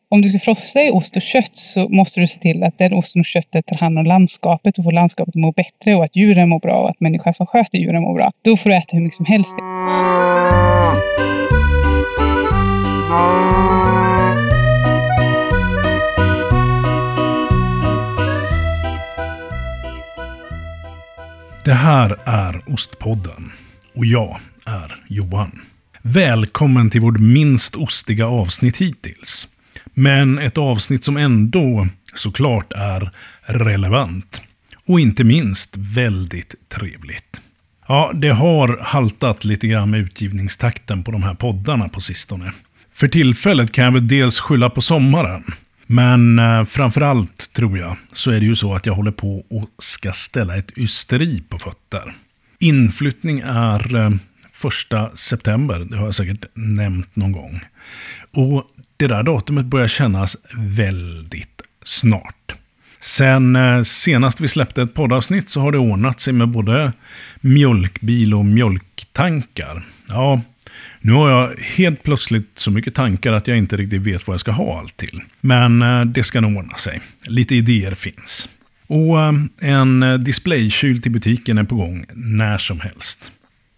om du ska frossa i ost och kött så måste du se till att den osten och köttet tar hand om landskapet och får landskapet att må bättre och att djuren mår bra och att människan som sköter djuren mår bra. Då får du äta hur mycket som helst. Det här är Ostpodden och jag är Johan. Välkommen till vårt minst ostiga avsnitt hittills. Men ett avsnitt som ändå såklart är relevant och inte minst väldigt trevligt. Ja, det har haltat lite grann med utgivningstakten på de här poddarna på sistone. För tillfället kan jag väl dels skylla på sommaren. Men framförallt tror jag så är det ju så att jag håller på och ska ställa ett ysteri på fötter. Inflyttning är 1 september, det har jag säkert nämnt någon gång. Och det där datumet börjar kännas väldigt snart. Sen senast vi släppte ett poddavsnitt så har det ordnat sig med både mjölkbil och mjölktankar. Ja, nu har jag helt plötsligt så mycket tankar att jag inte riktigt vet vad jag ska ha allt till. Men det ska nog ordna sig. Lite idéer finns. Och en displaykyl till butiken är på gång när som helst.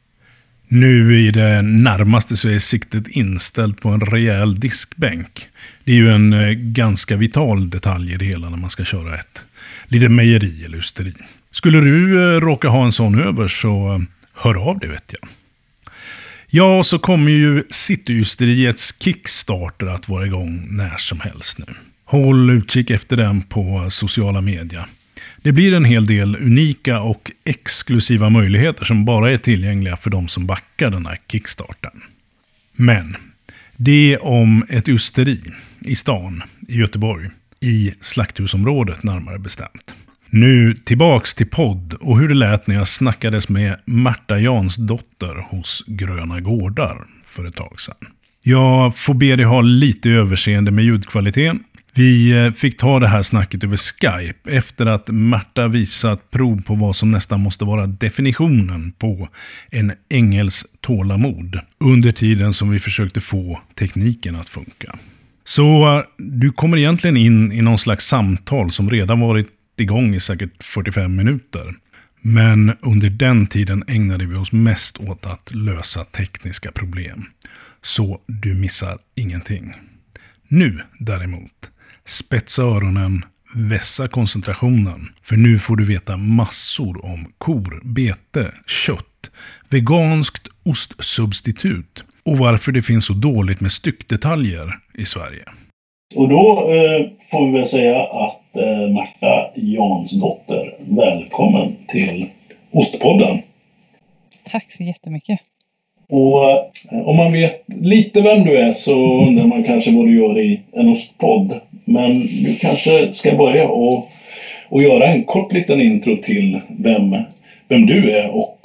Nu i det närmaste så är siktet inställt på en rejäl diskbänk. Det är ju en ganska vital detalj i det hela när man ska köra ett litet mejeri eller ysteri. Skulle du råka ha en sån över så hör av det, vet jag. Ja, så kommer ju Cityysteriets Kickstarter att vara igång när som helst nu. Håll utkik efter den på sociala medier. Det blir en hel del unika och exklusiva möjligheter som bara är tillgängliga för de som backar den här Kickstarten. Men det om ett ysteri i stan, i Göteborg, i Slakthusområdet närmare bestämt. Nu tillbaks till podd och hur det lät när jag snackades med Märta Jansdotter hos Gröna Gårdar för ett tag sedan. Jag får be dig ha lite överseende med ljudkvaliteten. Vi fick ta det här snacket över Skype efter att Märta visat prov på vad som nästan måste vara definitionen på en ängels tålamod under tiden som vi försökte få tekniken att funka. Så du kommer egentligen in i någon slags samtal som redan varit igång i säkert 45 minuter. Men under den tiden ägnade vi oss mest åt att lösa tekniska problem. Så du missar ingenting. Nu däremot, spetsa öronen, vässa koncentrationen. För nu får du veta massor om kor, bete, kött, veganskt ostsubstitut och varför det finns så dåligt med styckdetaljer i Sverige. Och då får vi väl säga att Märta Jansdotter, välkommen till Ostpodden. Tack så jättemycket. Och om man vet lite vem du är så undrar man kanske vad du gör i en ostpodd. Men du kanske ska börja och göra en kort liten intro till vem du är och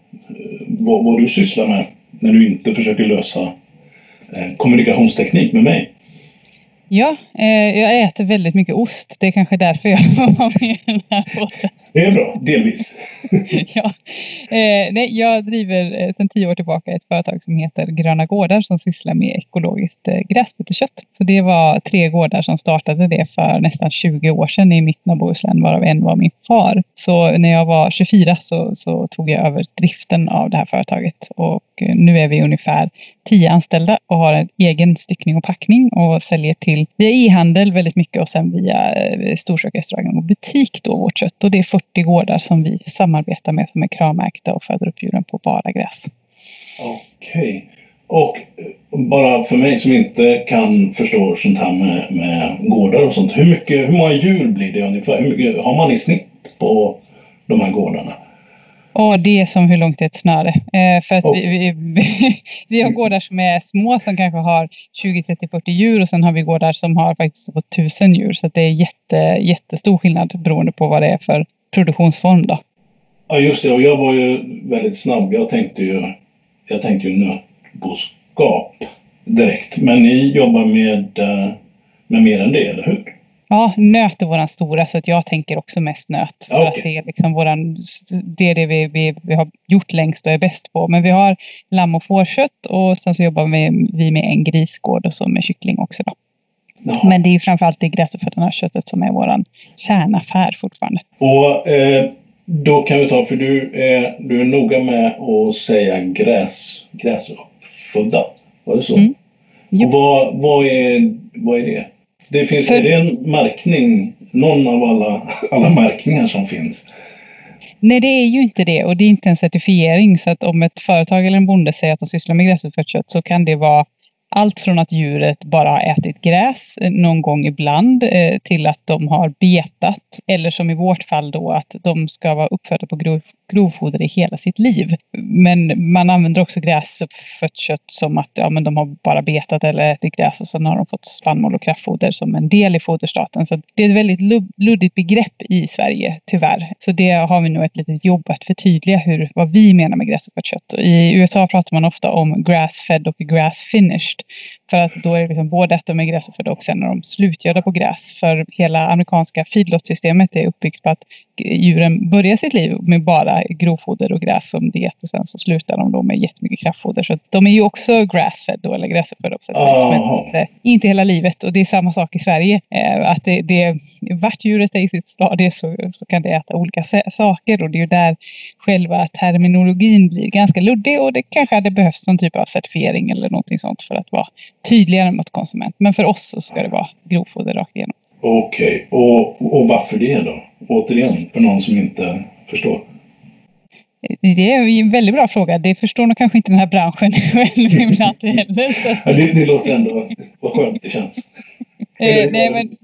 vad du sysslar med när du inte försöker lösa kommunikationsteknik med mig. Ja, jag äter väldigt mycket ost. Det är kanske därför jag var med i den här podden. Det är bra, delvis. Ja. Jag driver sedan 10 år tillbaka ett företag som heter Gröna Gårdar som sysslar med ekologiskt gräsbeteskött. Så det var 3 gårdar som startade det för nästan 20 år sedan i mitten av Bohuslän, varav en var min far. Så när jag var 24 så tog jag över driften av det här företaget. Och nu är vi ungefär 10 anställda och har en egen styckning och packning och säljer till via e-handel väldigt mycket och sen via storkök, restaurang och butik då vårt kött. Och det är 40 gårdar som vi samarbetar med som är kravmärkta och föder upp djuren på bara gräs. Okej. Och bara för mig som inte kan förstå sånt här med gårdar och sånt. Hur många djur blir det ungefär? Hur mycket har man i snitt på de här gårdarna? Det är som hur långt är ett snöre. För att vi har gårdar som är små som kanske har 20, 30, 40 djur. Och sen har vi gårdar som har faktiskt på 1000 djur. Så det är jättestor skillnad beroende på vad det är för produktionsform då. Ja just det, och jag var ju väldigt snabb. Jag tänkte ju nötboskap direkt. Men ni jobbar med mer än det, eller hur? Ja, nöt är våran stora så att jag tänker också mest nöt. För att det är liksom det vi har gjort längst och är bäst på. Men vi har lamm- och fårkött och sen så jobbar vi med en grisgård och så med kyckling också då. Jaha. Men det är ju framförallt det gräsuppfödda köttet som är våran kärnaffär fortfarande. Och då kan vi ta, för du är noga med att säga gräsuppfödda. Var det så? Mm. Jo. Och vad är det? Det finns, är det en märkning, någon av alla märkningar som finns? Nej, det är ju inte det, och det är inte en certifiering, så att om ett företag eller en bonde säger att de sysslar med gräsuppfött kött, så kan det vara allt från att djuret bara har ätit gräs någon gång ibland till att de har betat, eller som i vårt fall då att de ska vara uppfödda på grovfoder i hela sitt liv. Men man använder också gräsuppfött kött som att men de har bara betat eller ätit gräs och sen har de fått spannmål och kraftfoder som en del i foderstaten. Så det är ett väldigt luddigt begrepp i Sverige, tyvärr. Så det har vi nog ett litet jobb att förtydliga vad vi menar med gräsuppfött kött. I USA pratar man ofta om grass-fed och grass-finished. För att då är det liksom både att de är gräsuppfödda och sen när de slutgödda på gräs. För hela amerikanska feedlot-systemet är uppbyggt på att djuren börjar sitt liv med bara grovfoder och gräs som diet och sen så slutar de då med jättemycket kraftfoder. Så att de är ju också grass-fed då, eller gräsuppfödda på sätt och vis, men inte hela livet. Och det är samma sak i Sverige. Att vart djuret är i sitt stadie så kan det äta olika saker, och det är ju där själva terminologin blir ganska luddig, och det kanske hade behövts någon typ av certifiering eller någonting sånt för att vara tydligare mot konsument. Men för oss så ska det vara grovfoder rakt igenom. Okej. Och varför det då? Återigen, för någon som inte förstår. Det är en väldigt bra fråga. Det förstår nog kanske inte den här branschen ibland heller. Ja, det låter ändå vad skönt det känns. Nej, men...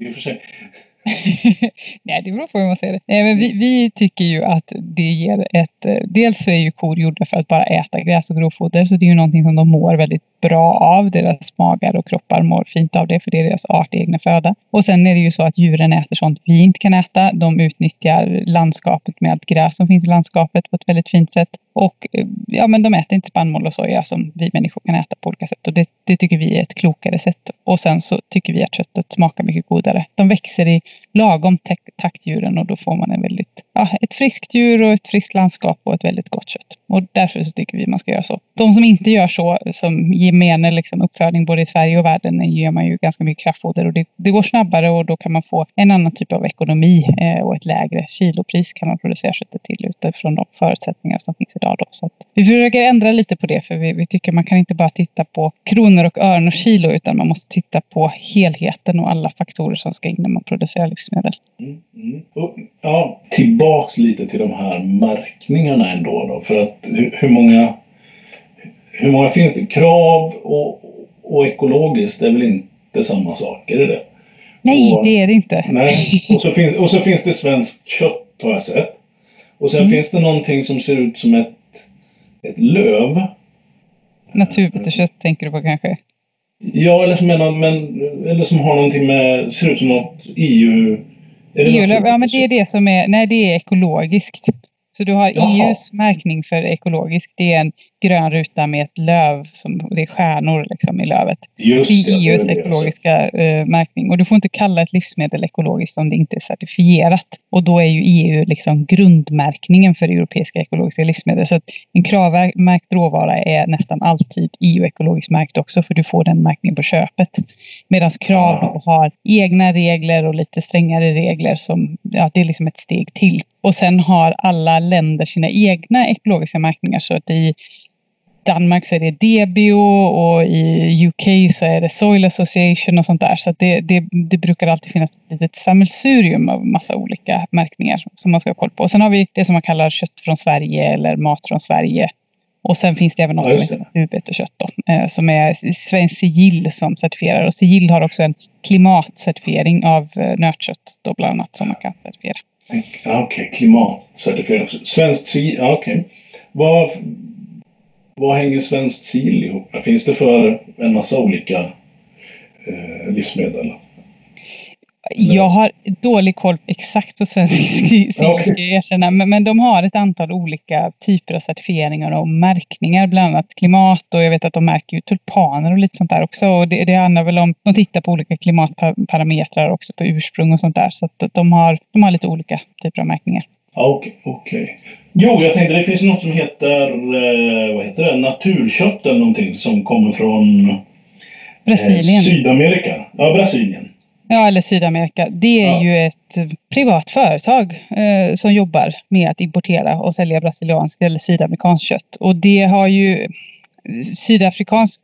Nej, det beror på hur man säger det. Nej, men vi tycker ju att det ger dels så är ju kor gjorda för att bara äta gräs och grovfoder, så det är ju någonting som de mår väldigt bra av. Deras magar och kroppar mår fint av det, för det är deras artegna föda. Och sen är det ju så att djuren äter sånt vi inte kan äta. De utnyttjar landskapet med allt gräs som finns i landskapet på ett väldigt fint sätt. Och men de äter inte spannmål och soja som vi människor kan äta på olika sätt. Och det tycker vi är ett klokare sätt. Och sen så tycker vi att köttet smakar mycket godare. De växer i lagom taktdjuren, och då får man ett friskt djur och ett friskt landskap och ett väldigt gott kött. Och därför så tycker vi man ska göra så. De som inte gör så, som gemene liksom uppfödning både i Sverige och världen, ger man ju ganska mycket kraftfoder, och det går snabbare, och då kan man få en annan typ av ekonomi och ett lägre kilopris kan man producera köttet till utifrån de förutsättningar som finns idag då. Så att vi försöker ändra lite på det, för vi tycker man kan inte bara titta på kronor och ören och kilo, utan man måste titta på helheten och alla faktorer som ska in när man producerar livsmedel. Och, tillbaks lite till de här märkningarna ändå då, för att hur många finns det? Krav och ekologiskt är väl inte samma sak, är det? Nej, det är det inte. Nej. Och så finns det svenskt kött, har jag sett. Och sen finns det någonting som ser ut som ett löv. Naturbeteskött tänker du på kanske? Ja, eller som har någonting med, ser ut som något EU. EU-löv, men det är det som är, det är ekologiskt. Så du har EUs märkning för ekologiskt. Det är en grön ruta med ett löv, det är stjärnor liksom i lövet. Just det är EUs ekologiska märkning. Och du får inte kalla ett livsmedel ekologiskt om det inte är certifierat. Och då är ju EU liksom grundmärkningen för europeiska ekologiska livsmedel. Så att en kravmärkt råvara är nästan alltid EU-ekologiskt märkt också, för du får den märkningen på köpet. Medan krav har egna regler och lite strängare regler som, det är liksom ett steg till. Och sen har alla länder sina egna ekologiska märkningar, så att i Danmark så är det DBO och i UK så är det Soil Association och sånt där. Så att det brukar alltid finnas ett litet sammelsurium av massa olika märkningar som man ska ha koll på. Och sen har vi det som man kallar kött från Sverige eller mat från Sverige. Och sen finns det även något som heter naturbeteskött då, som är svensk sigill som certifierar. Och sigill har också en klimatcertifiering av nötkött då bland annat som man kan certifiera. Okej, klimatcertifiering. Svenskt sigill, okej. Vad hänger svenskt sigill ihop med? Finns det för en massa olika livsmedel? Jag har dålig koll exakt på svensk sigill, ska jag erkänna. Men de har ett antal olika typer av certifieringar och märkningar. Bland annat klimat, och jag vet att de märker ju tulpaner och lite sånt där också. Och det handlar väl om, de tittar på olika klimatparametrar också, på ursprung och sånt där. Så att de har lite olika typer av märkningar. Okej. Jo, jag tänkte det finns något som heter naturkött eller någonting som kommer från Brasilien. Sydamerika. Ja, Brasilien. Ja, eller Sydamerika. Det är ju ett privat företag som jobbar med att importera och sälja brasilianskt eller sydamerikanskt kött. Och det har ju sydamerikansk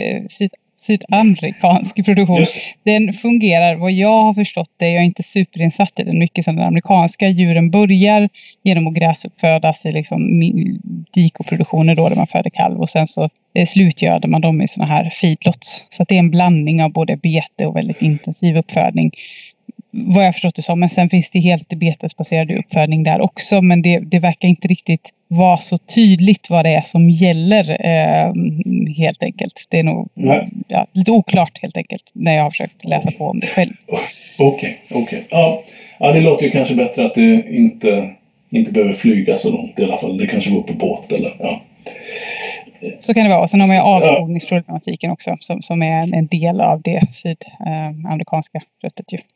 produktion. Den fungerar, vad jag har förstått det, jag är inte superinsatt i den, mycket som den amerikanska. Djuren börjar genom att gräsuppfödas i liksom dikoproduktioner då, där man föder kalv, och sen så slutgöder man dem i såna här feedlots. Så att det är en blandning av både bete och väldigt intensiv uppfödning, vad jag förstått det som. Men sen finns det helt betesbaserad uppfödning där också, men det verkar inte riktigt vara så tydligt vad det är som gäller, helt enkelt. Det är nog lite oklart helt enkelt när jag har försökt läsa på om det själv. Okej. Ja, det låter ju kanske bättre att det inte behöver flyga så långt i alla fall. Det kanske går på båt eller ja. Så kan det vara. Och sen har man ju avskogningsproblematiken också som är en del av det sydamerikanska köttet ju.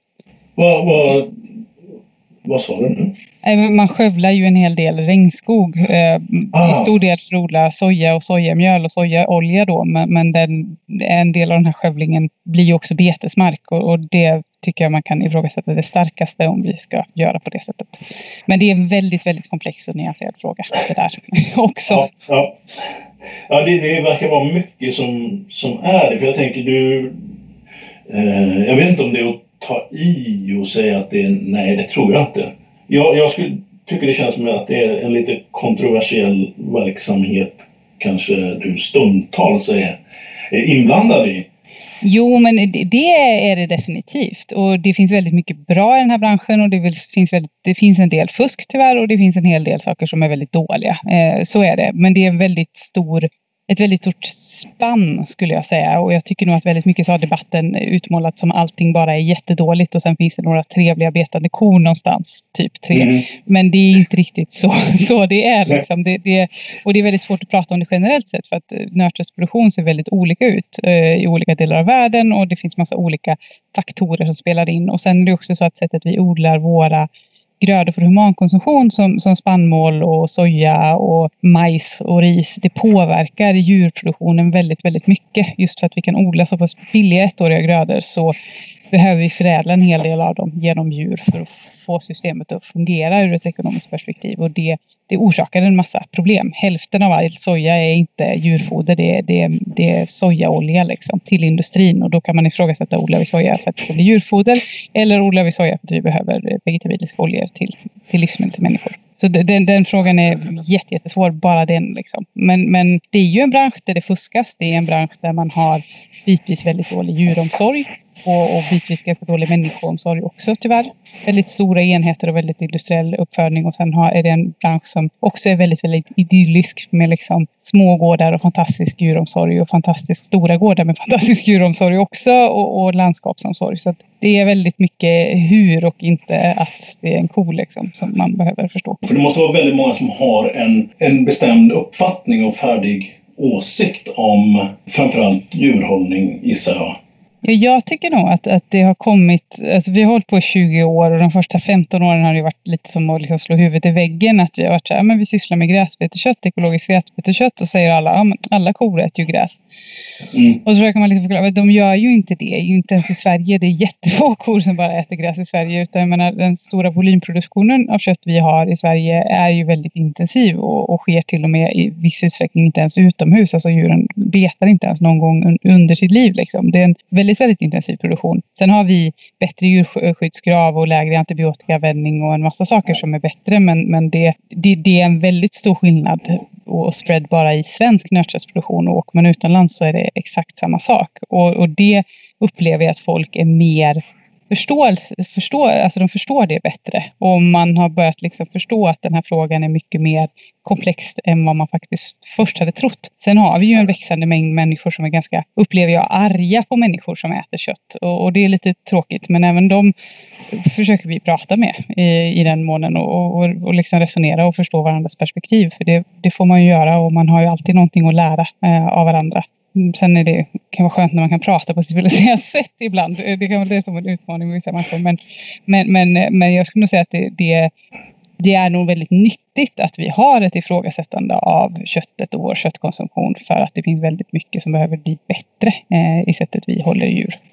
Vad sa du nu? Man skövlar ju en hel del regnskog. I stor del för att odla soja och sojamjöl och sojaolja då. Men en del av den här skövlingen blir ju också betesmark. Och det tycker jag man kan ifrågasätta det starkaste om vi ska göra på det sättet. Men det är en väldigt, väldigt komplex och nyanserad fråga det där också. Ja, det verkar vara mycket som är det. För jag tänker jag vet inte om det är att ta i och säga att nej, det tror jag inte. Jag tycker det känns som att det är en lite kontroversiell verksamhet, kanske du stundtals är inblandad i. Jo, men det är det definitivt. Och det finns väldigt mycket bra i den här branschen, och det finns en del fusk tyvärr, och det finns en hel del saker som är väldigt dåliga. Så är det. Men det är ett väldigt stort spann skulle jag säga, och jag tycker nog att väldigt mycket så har debatten utmålat som allting bara är jättedåligt, och sen finns det några trevliga betande kor någonstans, typ 3. Men det är inte riktigt så det är liksom. Och det är väldigt svårt att prata om det generellt sett, för att nötköttsproduktion ser väldigt olika ut i olika delar av världen, och det finns massa olika faktorer som spelar in. Och sen är det också så att sättet vi odlar våra grödor för humankonsumtion som spannmål och soja och majs och ris, det påverkar djurproduktionen väldigt, väldigt mycket. Just för att vi kan odla så pass billiga ettåriga grödor så behöver vi förädla en hel del av dem genom djur för att få systemet att fungera ur ett ekonomiskt perspektiv. Och det orsakar en massa problem. Hälften av all soja är inte djurfoder, det är sojaolja liksom, till industrin. Och då kan man ifrågasätta, odlar vi soja för att det ska bli djurfoder, eller odlar vi soja för att vi behöver vegetabiliska oljor till livsmedel till människor. Så den frågan är jättesvår, bara den liksom. Men det är ju en bransch där det fuskas. Det är en bransch där man har bitvis väldigt dålig djuromsorg och bitvis ganska dålig människoomsorg också tyvärr. Väldigt stora enheter och väldigt industriell uppfödning, och sen är det en bransch som också är väldigt, väldigt idyllisk med liksom små gårdar och fantastisk djuromsorg, och fantastiskt stora gårdar med fantastisk djuromsorg också, och landskapsomsorg. Så att det är väldigt mycket hur och inte att det är en ko liksom, som man behöver förstå. För det måste vara väldigt många som har en bestämd uppfattning och färdig åsikt om framförallt djurhållning, gissar jag. Ja, jag tycker nog att det har kommit, alltså vi har hållit på 20 år, och de första 15 åren har det varit lite som att liksom slå huvudet i väggen, att vi har varit så här, men vi sysslar med gräsbetekött, ekologiskt gräsbetekött, och säger alla kor äter ju gräs. Och så försöker man liksom förklara, men de gör ju inte det, ju inte ens i Sverige. Det är jättefå kor som bara äter gräs i Sverige, utan jag menar, den stora volymproduktionen av kött vi har i Sverige är ju väldigt intensiv och sker till och med i viss utsträckning inte ens utomhus. Alltså djuren betar inte ens någon gång under sitt liv liksom. Det är en väldigt, väldigt intensiv produktion. Sen har vi bättre djurskyddskrav och lägre antibiotikaanvändning och en massa saker som är bättre, men det är en väldigt stor skillnad och spread bara i svensk nötköttsproduktion, och åker man utomlands så är det exakt samma sak. Och det upplever jag att folk är mer de förstår det bättre, och man har börjat liksom förstå att den här frågan är mycket mer komplex än vad man faktiskt först hade trott. Sen har vi ju en växande mängd människor som är ganska, upplever jag, arga på människor som äter kött, och det är lite tråkigt, men även de försöker vi prata med i den månen och liksom resonera och förstå varandras perspektiv, för det får man ju göra, och man har ju alltid någonting att lära av varandra. Sen kan vara skönt när man kan prata på ett civiliserat sätt ibland. Det kan vara det som en utmaning med vissa människor. Men jag skulle nog säga att det är nog väldigt nyttigt att vi har ett ifrågasättande av köttet och vår köttkonsumtion, för att det finns väldigt mycket som behöver bli bättre i sättet vi håller djur.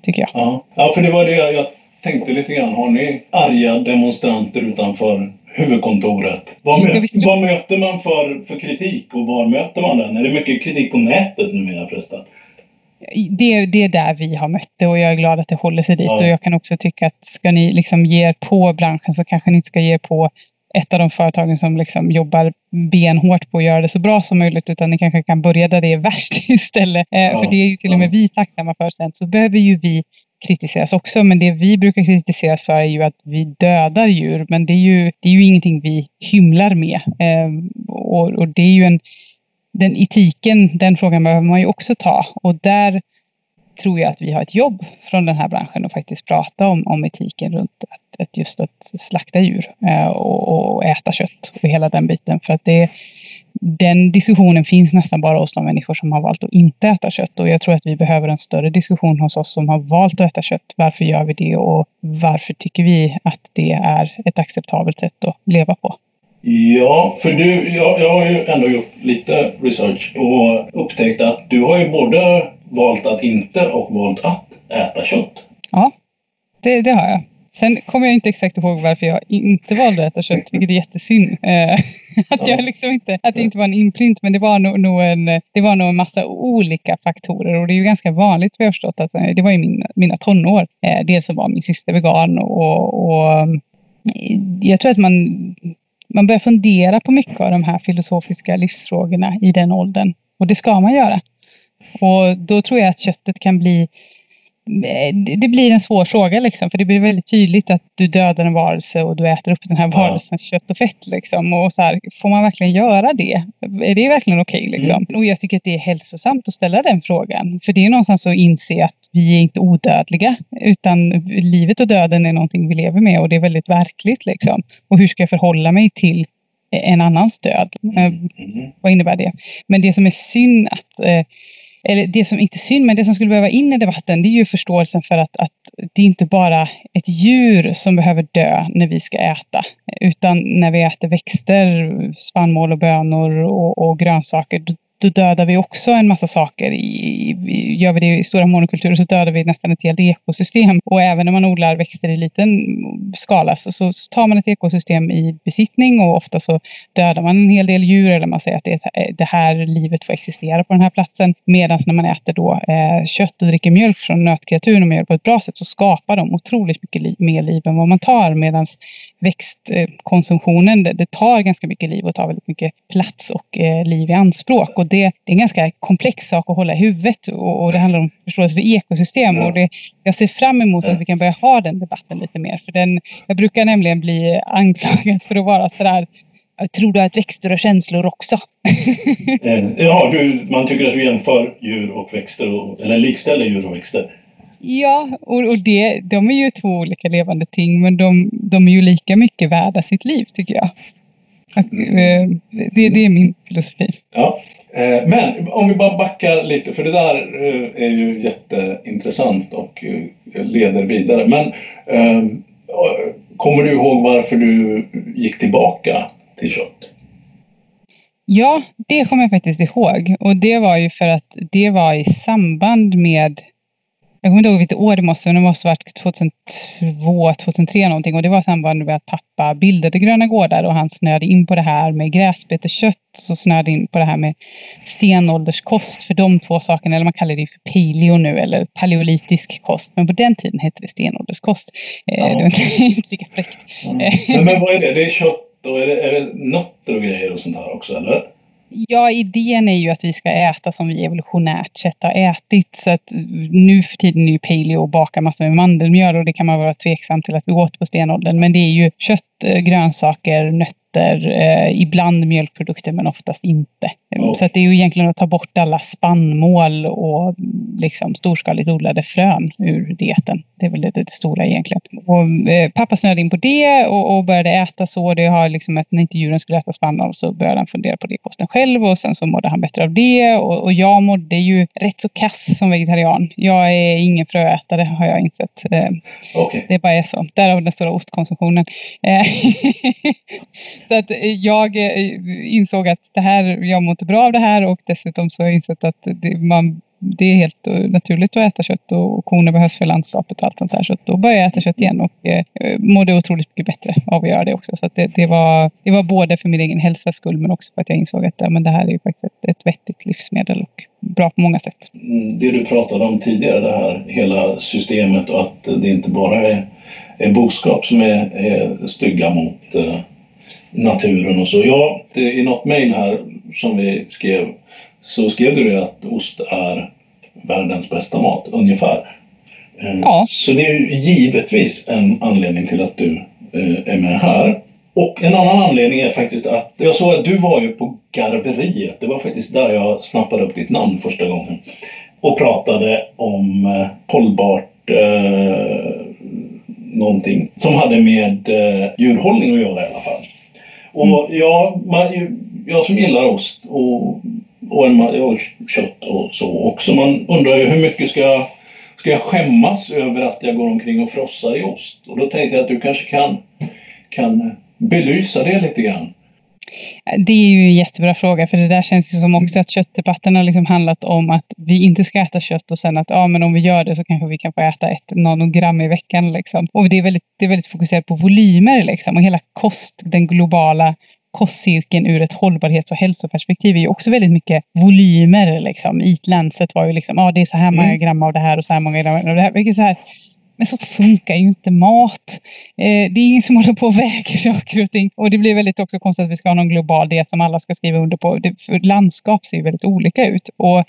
tycker jag. Ja, för det var det jag tänkte lite grann. Har ni arga demonstranter utanför huvudkontoret? Vad möter man för kritik och var möter man den? Är det mycket kritik på nätet numera förresten? Det är där vi har mött det och jag är glad att det håller sig dit. Och jag kan också tycka att ska ni liksom ge er på branschen så kanske ni inte ska ge er på ett av de företagen som liksom jobbar benhårt på att göra det så bra som möjligt, utan ni kanske kan börja där det är värst istället. För det är ju till och med vi tacksamma för. Sen så behöver ju vi kritiseras också, men det vi brukar kritiseras för är ju att vi dödar djur, men det är ju ingenting vi hymlar med. Och det är ju den etiken, den frågan behöver man ju också ta, och där tror jag att vi har ett jobb från den här branschen att faktiskt prata om etiken runt att slakta djur och äta kött och hela den biten, för att den diskussionen finns nästan bara hos de människor som har valt att inte äta kött, och jag tror att vi behöver en större diskussion hos oss som har valt att äta kött. Varför gör vi det och varför tycker vi att det är ett acceptabelt sätt att leva på? Ja, för jag har ju ändå gjort lite research och upptäckt att du har ju både valt att inte och valt att äta kött. Ja, det har jag. Sen kommer jag inte exakt ihåg varför jag inte valde att äta kött, vilket är jättesynd. Att det inte var en imprint, men det var nog en massa olika faktorer, och det är ju ganska vanligt för jag har förstått att det var i mina tonår. Dels så var min syster vegan och jag tror att man börjar fundera på mycket av de här filosofiska livsfrågorna i den åldern, och det ska man göra. Och då tror jag att köttet kan bli det blir en svår fråga liksom, för det blir väldigt tydligt att du dödar en varelse och du äter upp den här varelsens kött och fett liksom, och så här, får man verkligen göra det? Är det verkligen okej liksom? Och jag tycker att det är hälsosamt att ställa den frågan, för det är någonstans att inse att vi är inte odödliga, utan livet och döden är någonting vi lever med, och det är väldigt verkligt liksom. Och hur ska jag förhålla mig till en annans död? Vad innebär det? Men det som är synd eller det som inte är synd, men det som skulle behöva in i debatten, det är ju förståelsen för att det är inte bara ett djur som behöver dö när vi ska äta, utan när vi äter växter, spannmål och bönor och grönsaker, då dödar vi också en massa saker. Gör vi det i stora monokulturer så dödar vi nästan ett helt ekosystem. Och även när man odlar växter i liten skala så tar man ett ekosystem i besittning, och ofta så dödar man en hel del djur, eller man säger att det här livet får existera på den här platsen. Medan när man äter då kött och dricker mjölk från nötkreatur och man gör det på ett bra sätt, så skapar de otroligt mycket mer liv än vad man tar. Medan växtkonsumtionen, det tar ganska mycket liv och tar väldigt mycket plats och liv i anspråk. Och det är en ganska komplex sak att hålla i huvudet, och det handlar om förståelse för ekosystem. Och jag ser fram emot att vi kan börja ha den debatten lite mer. För jag brukar nämligen bli anklagad för att vara sådär, jag tror du att växter och känslor också? Ja, man tycker att du jämför djur och växter, eller likställer djur och växter. Ja, och de är ju två olika levande ting, men de är ju lika mycket värda sitt liv, tycker jag. Det är min filosofi. Ja, men om vi bara backar lite, för det där är ju jätteintressant och leder vidare. Men kommer du ihåg varför du gick tillbaka till kött? Ja, det kommer jag faktiskt ihåg. Och det var ju för att det var i samband med, jag kommer inte ihåg vilket år det måste ha varit 2002, 2003 någonting. Och det var i samband med att pappa bildade Gröna Gårdar, och han snöade in på det här med gräsbeteskött, så snöade in på det här med stenålderskost, för de två sakerna, eller man kallar det för paleo nu, eller paleolitisk kost. Men på den tiden hette det stenålderskost. Det var inte lika fräckt. Men vad är det? Det är kött, och är det nötter och grejer och sånt här också, eller? Ja, idén är ju att vi ska äta som vi evolutionärt sett har ätit. Så att nu för tiden är ju paleo och baka massor med mandelmjöl, och det kan man vara tveksam till att vi åt på stenåldern. Men det är ju kött, grönsaker, nötter, ibland mjölkprodukter, men oftast inte. Så att det är ju egentligen att ta bort alla spannmål och liksom storskaligt odlade frön ur dieten. Det är väl det stora egentligen. Och pappa snöade in på det och började äta så. Det har liksom att när inte djuren skulle äta spannmål så började han fundera på det kosten själv, och sen så mådde han bättre av det. Och jag mådde ju rätt så kass som vegetarian. Jag är ingen fröätare, har jag insett. Okay. Det bara är så. Därav den stora ostkonsumtionen. Så att jag insåg att jag mår inte bra av det här, och dessutom så har jag insett att det är helt naturligt att äta kött och korna behövs för landskapet och allt sånt där. Så då började jag äta kött igen och mådde otroligt mycket bättre av att göra det också. Så att det var både för min egen hälsas skull men också för att jag insåg att men det här är ju faktiskt ett vettigt livsmedel och bra på många sätt. Det du pratade om tidigare, det här hela systemet och att det inte bara är boskap som är stygga mot naturen och så. Ja, i något mejl här som vi skrev så skrev du att ost är världens bästa mat, ungefär. Ja. Så det är ju givetvis en anledning till att du är med här. Och en annan anledning är faktiskt att jag såg att du var ju på Garveriet. Det var faktiskt där jag snappade upp ditt namn första gången. Och pratade om hållbart någonting som hade med djurhållning att göra i alla fall. Och jag som gillar ost och kött och så också. Man undrar ju hur mycket ska jag skämmas över att jag går omkring och frossar i ost. Och då tänkte jag att du kanske kan belysa det lite grann. Det är ju en jättebra fråga, för det där känns ju som också att köttdebatten har liksom handlat om att vi inte ska äta kött och sen att men om vi gör det så kanske vi kan få äta någon gram i veckan liksom. Och det är väldigt fokuserat på volymer liksom, och hela den globala kostcirkeln ur ett hållbarhets- och hälsoperspektiv är ju också väldigt mycket volymer liksom. Eatlandset var ju liksom, det är så här många gram av det här och så här många gram av det här. Vilket så här. Men så funkar ju inte mat. Det är ingen som håller på och väger saker och ting. Och det blir väldigt också konstigt att vi ska ha någon global diet som alla ska skriva under på. För landskap ser ju väldigt olika ut. Och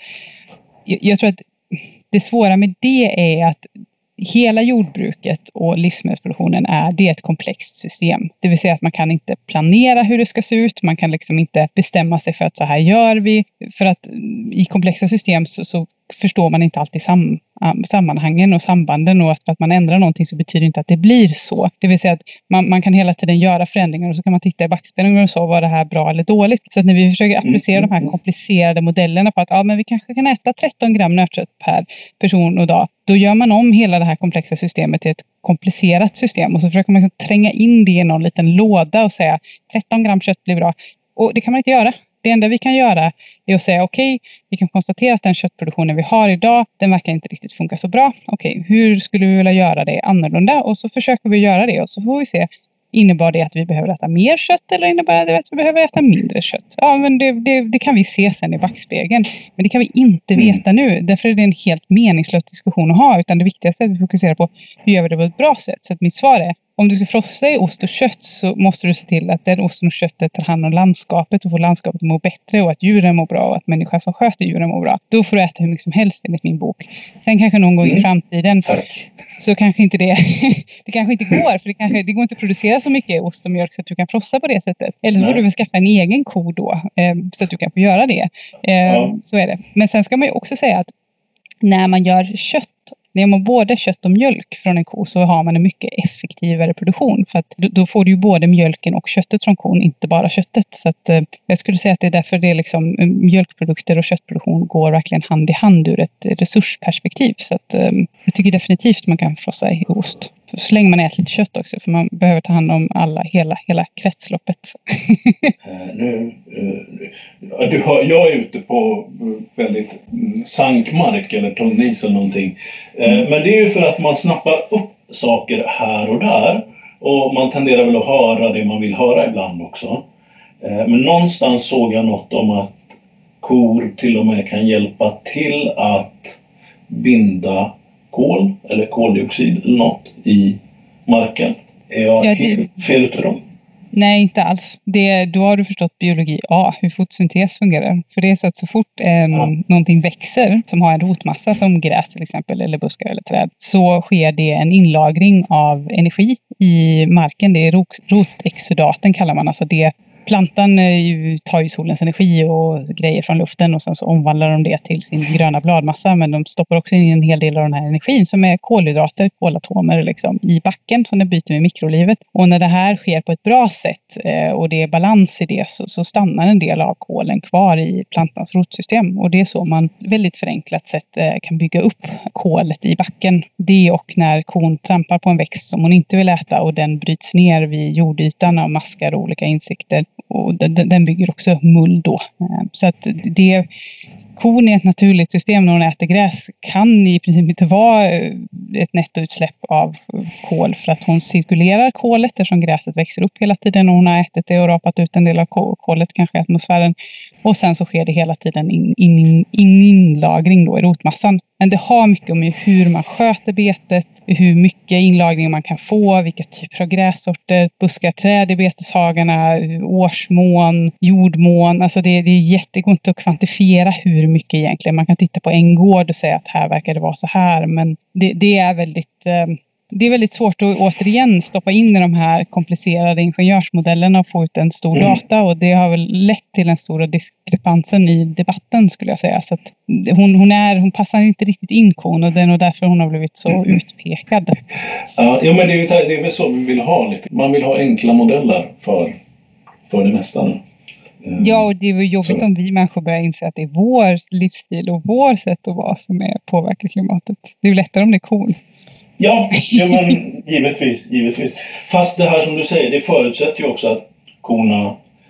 jag tror att det svåra med det är att hela jordbruket och livsmedelsproduktionen det är ett komplext system. Det vill säga att man kan inte planera hur det ska se ut. Man kan liksom inte bestämma sig för att så här gör vi. För att i komplexa system så förstår man inte alltid sammanhangen och sambanden, och att man ändrar någonting så betyder inte att det blir så. Det vill säga att man kan hela tiden göra förändringar och så kan man titta i backspegeln och så, var det här bra eller dåligt. Så att när vi försöker applicera de här komplicerade modellerna på att men vi kanske kan äta 13 gram nötkött per person och dag, då gör man om hela det här komplexa systemet till ett komplicerat system och så försöker man liksom tränga in det i någon liten låda och säga 13 gram kött blir bra. Och det kan man inte göra. Det enda vi kan göra är att säga okej, vi kan konstatera att den köttproduktionen vi har idag, den verkar inte riktigt funka så bra. Okej, hur skulle vi vilja göra det annorlunda? Och så försöker vi göra det och så får vi se, innebär det att vi behöver äta mer kött eller innebär det att vi behöver äta mindre kött? Ja, men det kan vi se sen i backspegeln. Men det kan vi inte veta nu. Därför är det en helt meningslös diskussion att ha. Utan det viktigaste är att vi fokuserar på hur gör vi det på ett bra sätt. Så att mitt svar är, om du ska frossa i ost och kött så måste du se till att den osten och köttet tar hand om landskapet och får landskapet att må bättre och att djuren mår bra och att människan som sköter djuren mår bra. Då får du äta hur mycket som helst enligt min bok. Sen kanske någon gång i framtiden så kanske inte det kanske inte går, för det går inte att producera så mycket ost och mjölk så att du kan frossa på det sättet. Eller så får du väl skaffa en egen ko då så att du kan få göra det. Så är det. Men sen ska man ju också säga att när man gör kött, när man både kött och mjölk från en ko så har man en mycket effektivare produktion. För att då får du ju både mjölken och köttet från kon, inte bara köttet. Så att jag skulle säga att det är därför det är liksom mjölkprodukter och köttproduktion går verkligen hand i hand ur ett resursperspektiv. Så att jag tycker definitivt man kan frossa i ost. Så länge man äter lite kött också, för man behöver ta hand om hela kretsloppet. Jag är ute på väldigt sankmark eller tonnis eller någonting. Men det är ju för att man snappar upp saker här och där. Och man tenderar väl att höra det man vill höra ibland också. Men någonstans såg jag något om att kor till och med kan hjälpa till att binda kol eller koldioxid eller något i marken. Är jag helt fel ute då? Nej, inte alls. Då har du förstått biologi hur fotosyntes fungerar. För det är så att så fort någonting växer som har en rotmassa som gräs till exempel eller buskar eller träd, så sker det en inlagring av energi i marken. Det är rotexudaten kallar man, alltså det. Plantan tar ju solens energi och grejer från luften och sen så omvandlar de det till sin gröna bladmassa, men de stoppar också in en hel del av den här energin som är kolhydrater, kolatomer liksom, i backen som det byter med mikrolivet. Och när det här sker på ett bra sätt och det är balans i det så stannar en del av kolen kvar i plantans rotsystem, och det är så man väldigt förenklat sätt kan bygga upp kolet i backen. Det och när kon trampar på en växt som hon inte vill äta och den bryts ner vid jordytan av maskar och olika insekter. Och den bygger också mull då. Så att kon är ett naturligt system när hon äter gräs kan i princip inte vara ett nettoutsläpp av kol för att hon cirkulerar kolet eftersom gräset växer upp hela tiden och hon har ätit det och rapat ut en del av kolet kanske i atmosfären. Och sen så sker det hela tiden inlagring då i rotmassan. Men det har mycket om hur man sköter betet, hur mycket inlagring man kan få, vilka typer av grässorter, buskar, träd i beteshagarna, årsmån, jordmån. Alltså det är jättegott att kvantifiera hur mycket egentligen. Man kan titta på en gård och säga att här verkar det vara så här. Men det är väldigt svårt att återigen stoppa in i de här komplicerade ingenjörsmodellerna och få ut en stor data. Och det har väl lett till en stor diskrepansen i debatten skulle jag säga. Så att hon passar inte riktigt in kon och det är nog därför hon har blivit så utpekad. Ja, men det är väl så vi vill ha lite. Man vill ha enkla modeller för det mesta nu. Ja, och det är ju jobbigt om vi människor börjar inse att det är vår livsstil och vår sätt att vara som påverkar klimatet. Det är ju lättare om det är kon. Ja, men givetvis. Fast det här som du säger, det förutsätter ju också att korna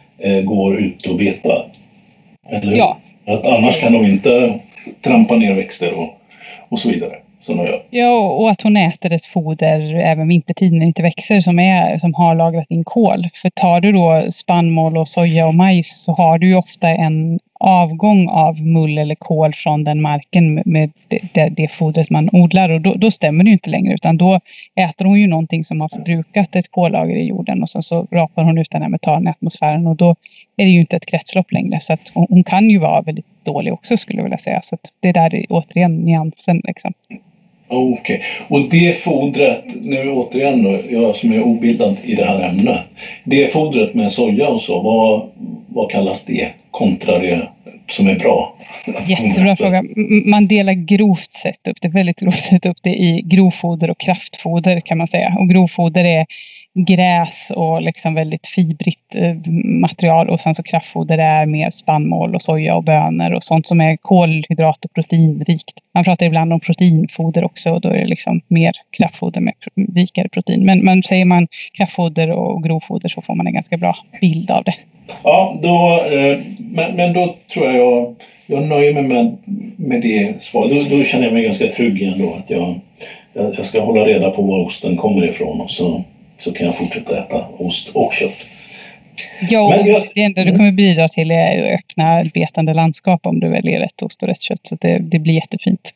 går ut och betar. Eller? Ja. Att annars kan de inte trampa ner växter och så vidare. Som de gör. Ja, och att hon äter ett foder även vintertid när det inte växer som har lagrat in kol. För tar du då spannmål och soja och majs så har du ju ofta en avgång av mull eller kol från den marken med det fodret man odlar. Och då stämmer det ju inte längre utan då äter hon ju någonting som har förbrukat ett kollager i jorden och sen så rapar hon ut den här metanen i atmosfären och då är det ju inte ett kretslopp längre. Så att hon kan ju vara väldigt dålig också skulle jag vilja säga. Så att det där är återigen nyansen liksom. Okej. Och det fodret, nu återigen då, jag som är obildad i det här ämnet. Det fodret med soja och så, vad kallas det kontra det som är bra? Jättebra fråga. Man delar grovt sett upp det, väldigt grovt sett upp det i grovfoder och kraftfoder kan man säga. Och grovfoder är gräs och liksom väldigt fibrigt material och sen så kraftfoder är mer spannmål och soja och bönor och sånt som är kolhydrat och proteinrikt. Man pratar ibland om proteinfoder också och då är det liksom mer kraftfoder med rikare protein. Men säger man kraftfoder och grovfoder så får man en ganska bra bild av det. Ja, men då tror jag nöjer mig med det svaret. Då känner jag mig ganska trygg igen då att jag ska hålla reda på var osten kommer ifrån och så kan jag fortsätta äta ost och kött. Ja, och det enda du kommer bidra till är att öppna betande landskap om du väljer rätt ost och rätt kött. Så det blir jättefint.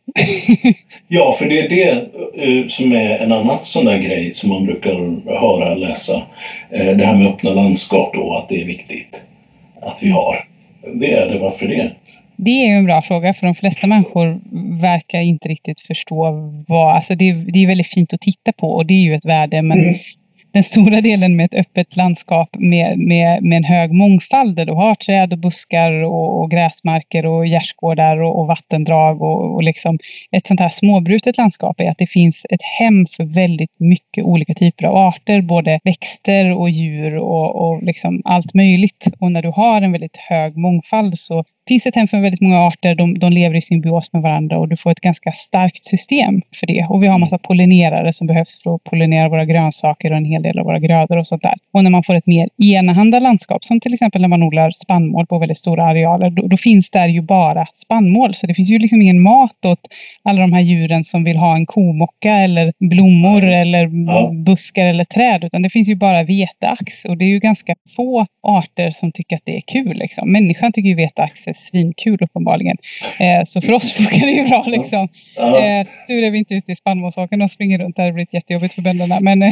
Ja, för det är det som är en annan sån där grej som man brukar höra och läsa. Det här med öppna landskap då, att det är viktigt att vi har. Det är det, varför det? Det är ju en bra fråga för de flesta människor verkar inte riktigt förstå vad, alltså det är väldigt fint att titta på och det är ju ett värde men den stora delen med ett öppet landskap med en hög mångfald där du har träd och buskar och gräsmarker och gärdsgårdar och vattendrag och liksom ett sånt här småbrutet landskap är att det finns ett hem för väldigt mycket olika typer av arter, både växter och djur och liksom allt möjligt. Och när du har en väldigt hög mångfald så finns ett hem för väldigt många arter, de lever i symbios med varandra och du får ett ganska starkt system för det. Och vi har en massa pollinerare som behövs för att pollinera våra grönsaker och en hel del av våra grödor och sånt där. Och när man får ett mer enahanda landskap, som till exempel när man odlar spannmål på väldigt stora arealer, då finns där ju bara spannmål. Så det finns ju liksom ingen mat åt alla de här djuren som vill ha en komocka eller blommor eller buskar eller träd, utan det finns ju bara veteax. Och det är ju ganska få arter som tycker att det är kul. Liksom. Människan tycker ju veteax är svinkul uppenbarligen. Så för oss funkar det ju bra liksom. Tur är vi inte ute i spannmålsåkern och springer runt där, det blir jättejobbigt för bönderna. Men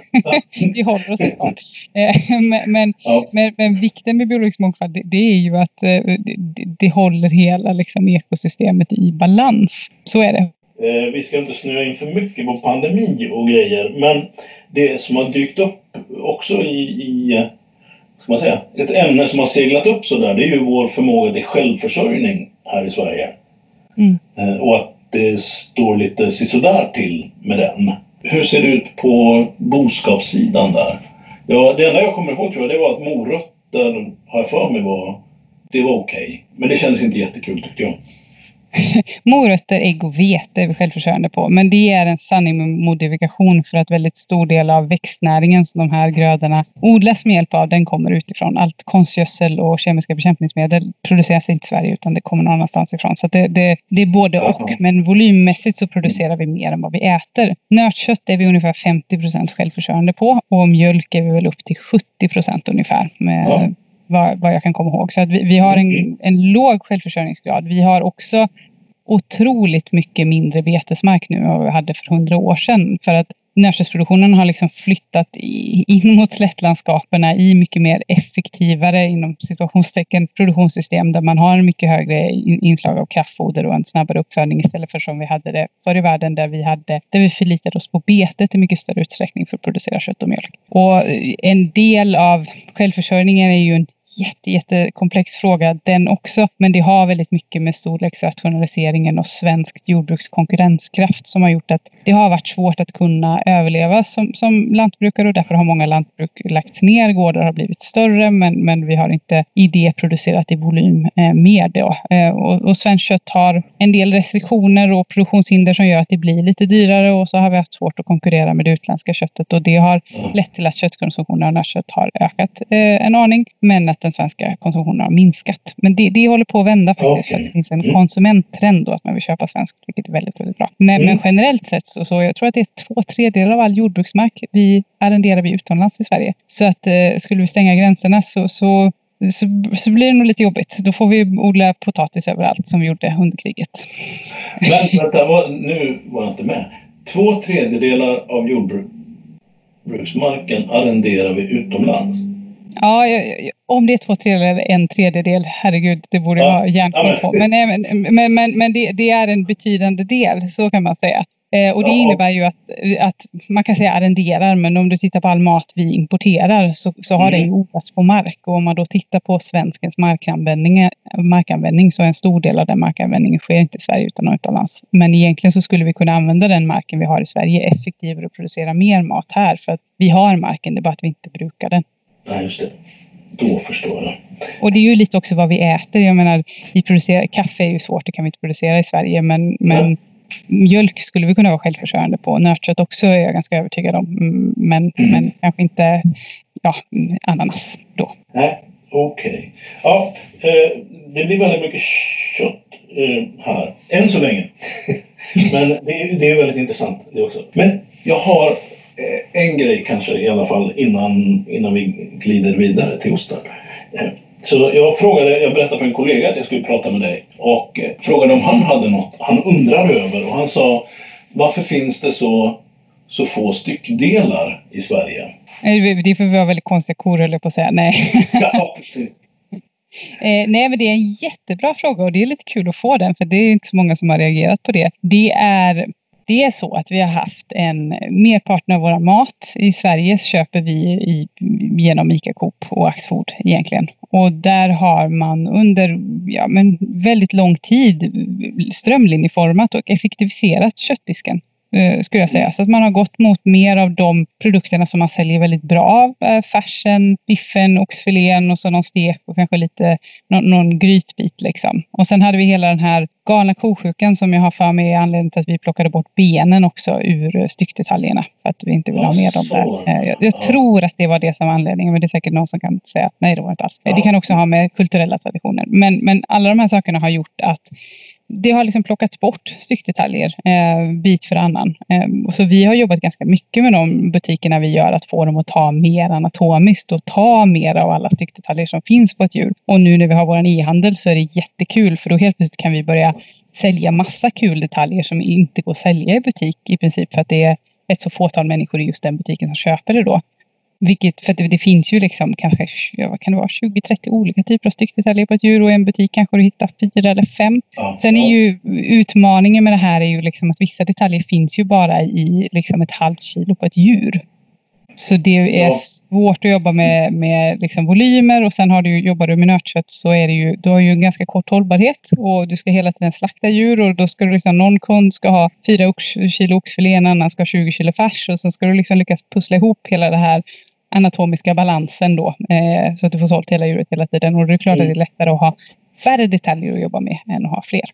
vi håller oss i start. Men vikten med biologisk mångfald det är ju att det håller hela liksom, ekosystemet i balans. Så är det. Vi ska inte snöa in för mycket på pandemi och grejer. Men det som har dykt upp också i ska man säga, ett ämne som har seglat upp så där, det är ju vår förmåga till självförsörjning här i Sverige. Och att det står lite sisådär till med den. Hur ser det ut på boskapssidan där? Ja, det enda jag kommer ihåg tror jag, det var att morötter har jag för mig det var okej. Men det kändes inte jättekul tyckte jag. Morötter, ägg och vete är vi självförsörjande på. Men det är en sanning med modifikation för att väldigt stor del av växtnäringen som de här grödorna odlas med hjälp av, den kommer utifrån. Allt konstgödsel och kemiska bekämpningsmedel produceras inte i Sverige utan det kommer någon annanstans ifrån. Så det är både och. Men volymmässigt så producerar vi mer än vad vi äter. Nötkött är vi ungefär 50% självförsörjande på och mjölk är vi väl upp till 70% ungefär med vad jag kan komma ihåg. Så att vi har en låg självförsörjningsgrad. Vi har också otroligt mycket mindre betesmark nu än vad vi hade för 100 år sedan. För att nötköttsproduktionen har liksom flyttat in mot slättlandskaperna i mycket mer effektivare inom situationstecken produktionssystem där man har en mycket högre inslag av kraftfoder och en snabbare uppfödning istället för som vi hade det förr i världen där vi förlitade oss på betet i mycket större utsträckning för att producera kött och mjölk. Och en del av självförsörjningen är ju en jättekomplex fråga den också, men det har väldigt mycket med storleksrationaliseringen och svenskt jordbruks konkurrenskraft som har gjort att det har varit svårt att kunna överleva som lantbrukare och därför har många lantbruk lagts ner, gårdar har blivit större men vi har inte producerat i volym mer då. Och svenskt kött har en del restriktioner och produktionshinder som gör att det blir lite dyrare och så har vi haft svårt att konkurrera med det utländska köttet och det har lett till att köttkonsumtionen av nötkött har ökat en aning men att den svenska konsumtionen har minskat. Men det håller på att vända faktiskt för att det finns en konsumenttrend då att man vill köpa svenskt, vilket är väldigt, väldigt bra. Men generellt sett så jag tror att det är 2/3 av all jordbruksmark vi arrenderar utomlands i Sverige. Så att skulle vi stänga gränserna så blir det nog lite jobbigt. Då får vi odla potatis överallt som vi gjorde under kriget. Men vänta, nu var jag inte med. 2/3 av jordbruksmarken arrenderar vi utomlands. Ja, om det är 2/3 eller 1/3, herregud, det borde jag ha järnkoll på. Men det är en betydande del, så kan man säga. Och det innebär ju att man kan säga arrenderar, men om du tittar på all mat vi importerar så har det ju odlats på mark. Och om man då tittar på svenskens markanvändning så är en stor del av den markanvändningen sker inte i Sverige utan utomlands. Men egentligen så skulle vi kunna använda den marken vi har i Sverige effektivare och producera mer mat här för att vi har marken, det är bara att vi inte brukar den. Nej, just det. Då förstår jag. Och det är ju lite också vad vi äter. Jag menar, kaffe är ju svårt, det kan vi inte producera i Sverige. Men mjölk skulle vi kunna vara självförsörjande på. Nötkött också är jag ganska övertygad om. Men kanske inte ananas då. Nej, okej. Ja, det blir väldigt mycket kött här. Än så länge. Men det är väldigt intressant det också. Men jag har en grej kanske i alla fall innan vi glider vidare till ostar. Så jag berättade för en kollega att jag skulle prata med dig och frågade om han hade något han undrar över och han sa varför finns det så få styckdelar i Sverige? Det är för att vi har väldigt konstiga kor, höll jag på att säga. Nej. Ja, precis. Nej, men det är en jättebra fråga och det är lite kul att få den för det är inte så många som har reagerat på det. Det är så att vi har haft merparten av våra mat i Sverige köper vi genom ICA Coop och Axfood egentligen. Och där har man under väldigt lång tid strömlinjeformat och effektiviserat köttdisken. Skulle jag säga. Så att man har gått mot mer av de produkterna som man säljer väldigt bra av. Färsen, biffen, oxfilén och så någon stek och kanske lite någon grytbit liksom. Och sen hade vi hela den här galna kosjukan som jag har för mig i anledning till att vi plockade bort benen också ur styckdetaljerna. För att vi inte vill ha med dem där. Jag tror att det var det som var anledningen. Men det är säkert någon som kan säga att nej, det var inte alls. Det kan också ha med kulturella traditioner. Men alla de här sakerna har gjort att det har liksom plockats bort styckdetaljer bit för annan. Så vi har jobbat ganska mycket med de butikerna vi gör att få dem att ta mer anatomiskt och ta mer av alla styckdetaljer som finns på ett djur. Och nu när vi har våran e-handel så är det jättekul för då helt plötsligt kan vi börja sälja massa kul detaljer som inte går att sälja i butik i princip för att det är ett så fåtal människor i just den butiken som köper det då. För att det finns ju liksom kanske 20-30 olika typer av styckdetaljer på ett djur och i en butik kanske du hittar 4 eller 5. Sen är ju utmaningen med det här är ju liksom att vissa detaljer finns ju bara i liksom ett halvt kilo på ett djur. Så det är svårt att jobba med liksom volymer och sen jobbar du med nötkött så är det ju, du har ju en ganska kort hållbarhet och du ska hela tiden slakta djur och då ska du liksom, någon kund ska ha 4 kilo oxfilé, en annan ska ha 20 kilo färs och sen ska du liksom lyckas pussla ihop hela det här anatomiska balansen då så att du får sålt hela djuret hela tiden och det är klart att det är lättare att ha färre detaljer att jobba med än att ha fler.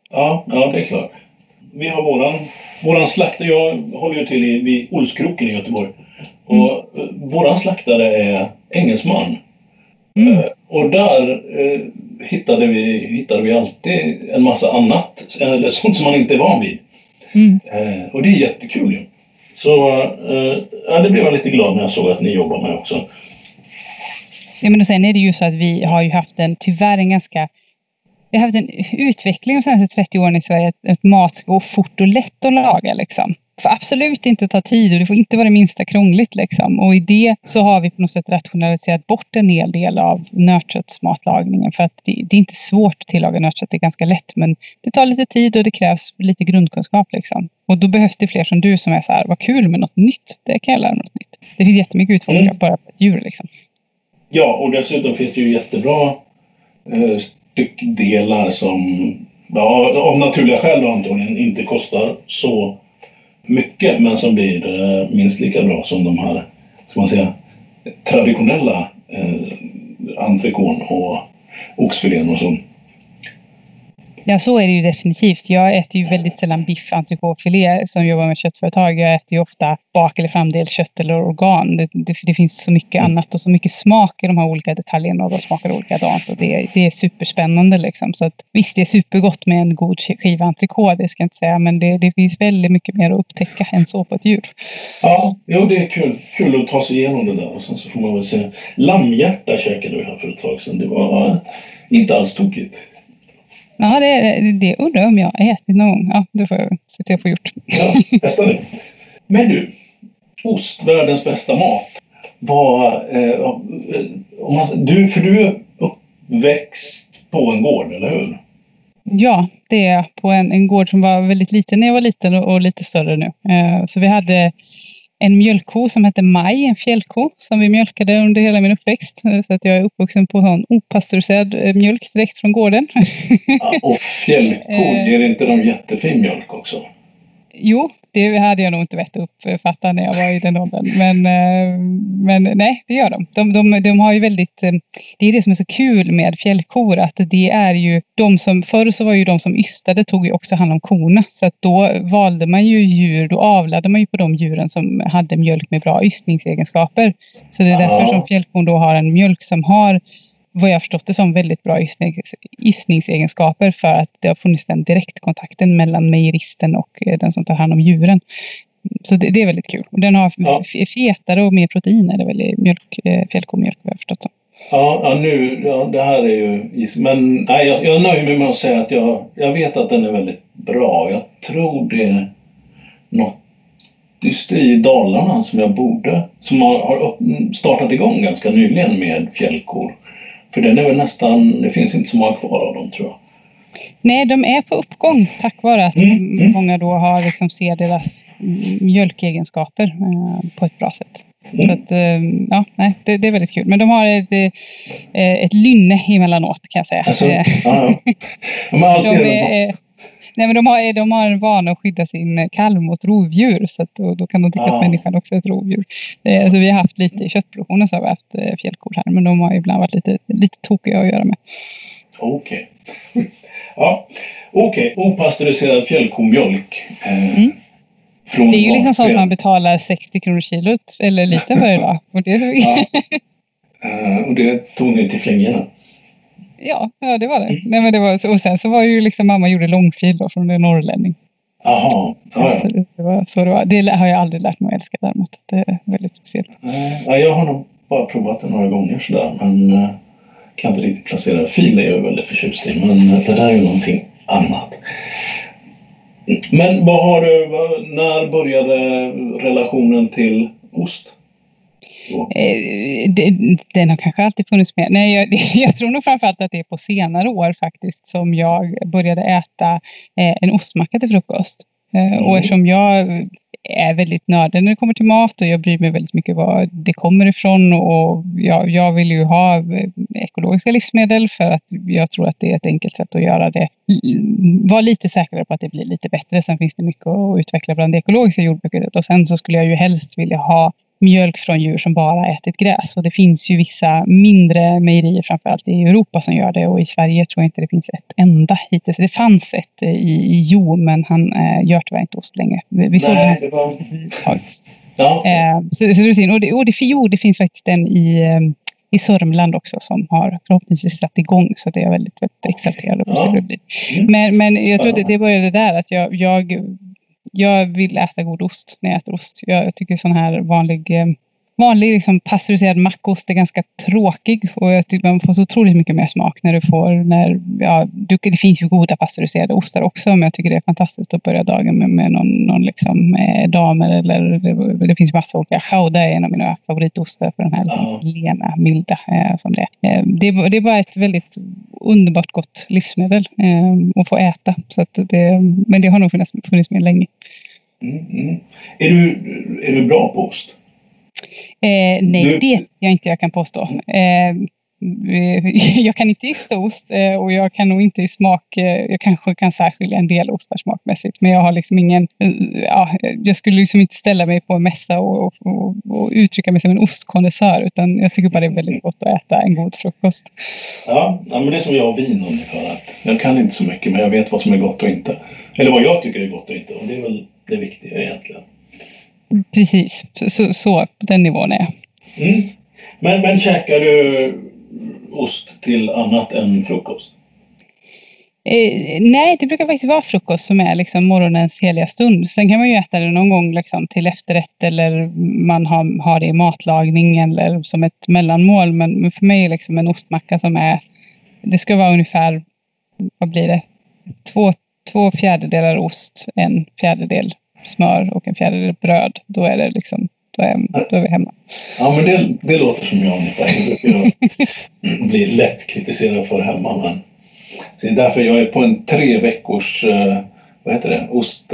Ja, det är klart. Vi har våran slaktare, jag håller ju till vid Olskroken i Göteborg. Och våran slaktare är engelsman. Och där hittade vi alltid en massa annat, eller sånt som man inte är van vid. Och det är jättekul ju. Så det blev jag lite glad när jag såg att ni jobbar med också. Ja, men och sen är det ju så att vi har ju haft vi har haft en utveckling de senaste 30 åren i Sverige att mat ska gå fort och lätt att laga liksom. Det får absolut inte ta tid och det får inte vara det minsta krångligt liksom. Och i det så har vi på något sätt rationaliserat bort en hel del av nötköttsmatlagningen. För att det är inte svårt att tillaga nötkött, det är ganska lätt. Men det tar lite tid och det krävs lite grundkunskap liksom. Och då behövs det fler som du som är så här, vad kul med något nytt. Det kan jag lära mig något nytt. Det finns jättemycket utforska bara på ett djur liksom. Ja, och dessutom finns det ju jättebra styckdelar som av naturliga skäl antagligen inte kostar så mycket, men som blir minst lika bra som de här, ska man säga, traditionella entrecôte och oxfilén och så. Ja, så är det ju definitivt. Jag äter ju väldigt sällan biff, entrecôte-filé som jobbar med köttföretag. Jag äter ju ofta bak- eller framdels kött eller organ. Det finns så mycket annat och så mycket smak i de här olika detaljerna och de smakar olika dant. Och det är superspännande liksom. Så att, visst, det är supergott med en god skiva entrecôte, det ska jag inte säga. Men det finns väldigt mycket mer att upptäcka än så på ett djur. Ja, jo, det är kul att ta sig igenom det där. Och sen så får man väl se. Lammhjärta käkade vi här för ett tag sedan. Det var inte alls tokigt. Ja, det undrar jag om jag har ätit någon gång. Ja, det får jag se till att få gjort. Ja, testa det. Men du, ost, världens bästa mat. Du är uppväxt på en gård, eller hur? Ja, det är på en gård som var väldigt liten när jag var liten och lite större nu. Så vi hade en mjölkko som hette Maj, en fjällko som vi mjölkade under hela min uppväxt. Så att jag är uppvuxen på sån opastöriserad mjölk direkt från gården. Ja, och fjällko, ger inte de jättefin mjölk också? Jo, det hade jag nog inte vett uppfatta när jag var i den åldern. Men nej, det gör de. De har ju väldigt... Det är det som är så kul med fjällkor. Att det är ju de som... Förr så var ju de som ystade tog ju också hand om korna. Så att då valde man ju djur. Då avlade man ju på de djuren som hade mjölk med bra ystningsegenskaper. Så det är därför som fjällkon då har en mjölk som har... vad jag förstått det som väldigt bra ystningsegenskaper för att det har funnits den direktkontakten mellan mejeristen och den som tar hand om djuren. Så det är väldigt kul. Och den har fetare och mer protein, är det väl i fjällkomjölk, vad jag förstått som. Ja, det här är ju men nej, jag nöjer mig med att säga att jag vet att den är väldigt bra. Jag tror det är något just i Dalarna som har startat igång ganska nyligen med fjällkor. För den är väl det finns inte så många kvar av dem, tror jag. Nej, de är på uppgång tack vare att många då har liksom ser deras mjölkegenskaper på ett bra sätt. Så att, det är väldigt kul. Men de har ett lynne emellanåt, kan jag säga. Alltså, de har en vana att skydda sin kalv mot rovdjur. Så att då kan de tycka att människan också är ett rovdjur. Så vi har haft lite i köttproduktionen så har vi haft fjällkor här. Men de har ibland varit lite tokiga att göra med. Okej. Ja, okej. Opastöriserad fjällkomjölk. Det är ju liksom så att man betalar 60 kronor kilot eller lite för idag. Och och det tog ni till flingorna. Ja, det var det. Nej, men det var, och sen så var ju liksom mamma gjorde långfil då från en norrlänning. Jaha. Så det var så det var. Det har jag aldrig lärt mig att älska däremot. Det är väldigt speciellt. Jag har nog bara provat det några gånger sådär. Men kan inte riktigt placera. Fil är jag väldigt förtjust i. Men det där är ju någonting annat. Men när började relationen till ost? Den har kanske alltid funnits med. Nej, jag tror nog framförallt att det är på senare år faktiskt som jag började äta en ostmacka till frukost. Och eftersom jag är väldigt nördig när det kommer till mat och jag bryr mig väldigt mycket var det kommer ifrån och jag vill ju ha ekologiska livsmedel för att jag tror att det är ett enkelt sätt att göra det. Var lite säkrare på att det blir lite bättre. Sen finns det mycket att utveckla bland det ekologiska jordbruket och sen så skulle jag ju helst vilja ha mjölk från djur som bara ätit gräs. Och det finns ju vissa mindre mejerier framförallt i Europa som gör det. Och i Sverige tror jag inte det finns ett enda hittills. Det fanns ett i Jo, men han gör tyvärr inte ost längre. Vi såg Nej, det var... Ja. Så du ser, det finns faktiskt en i Sörmland också som har förhoppningsvis satt igång, så det är jag väldigt, väldigt exalterad över hur det blir. Men jag tror att det började där att jag vill äta god ost när jag äter ost. Jag tycker sån här vanlig liksom pasteuriserad mackost är ganska tråkig, och jag tycker man får så otroligt mycket mer smak när du får det finns ju goda pasteuriserade ostar också, men jag tycker det är fantastiskt att börja dagen med någon liksom damer, eller det finns massa olika. Gouda är en av mina favoritostar för den här lena, milda som det är. Det är bara ett väldigt underbart gott livsmedel att få äta, så att men det har nog funnits med länge. Är du bra på ost? Nej, det är jag kan påstå. Jag kan inte ista ost, och jag kan nog inte i smak, jag kanske kan särskilja en del ostar smakmässigt, men jag har liksom ingen, jag skulle liksom inte ställa mig på en mässa och uttrycka mig som en ostkondensör, utan jag tycker bara det är väldigt gott att äta en god frukost. Ja, men det är som jag och vin ungefär. Jag kan inte så mycket, men jag vet vad som är gott och inte. Eller vad jag tycker är gott och inte, och det är väl det viktiga egentligen. Precis, så på den nivån är jag. Men käkar du ost till annat än frukost? Nej, det brukar faktiskt vara frukost som är liksom morgonens heliga stund. Sen kan man ju äta det någon gång liksom till efterrätt, eller man har det i matlagning eller som ett mellanmål. Men för mig är liksom en ostmacka det ska vara ungefär, vad blir det? 2 fjärdedelar ost, 1 fjärdedel smör och 1 fjärdedel bröd. Då är det liksom, då är vi hemma. Ja, men det låter som jag ungefär. Jag blir lätt kritiserad för hemma, men så det är därför jag är på en 3 veckors ost,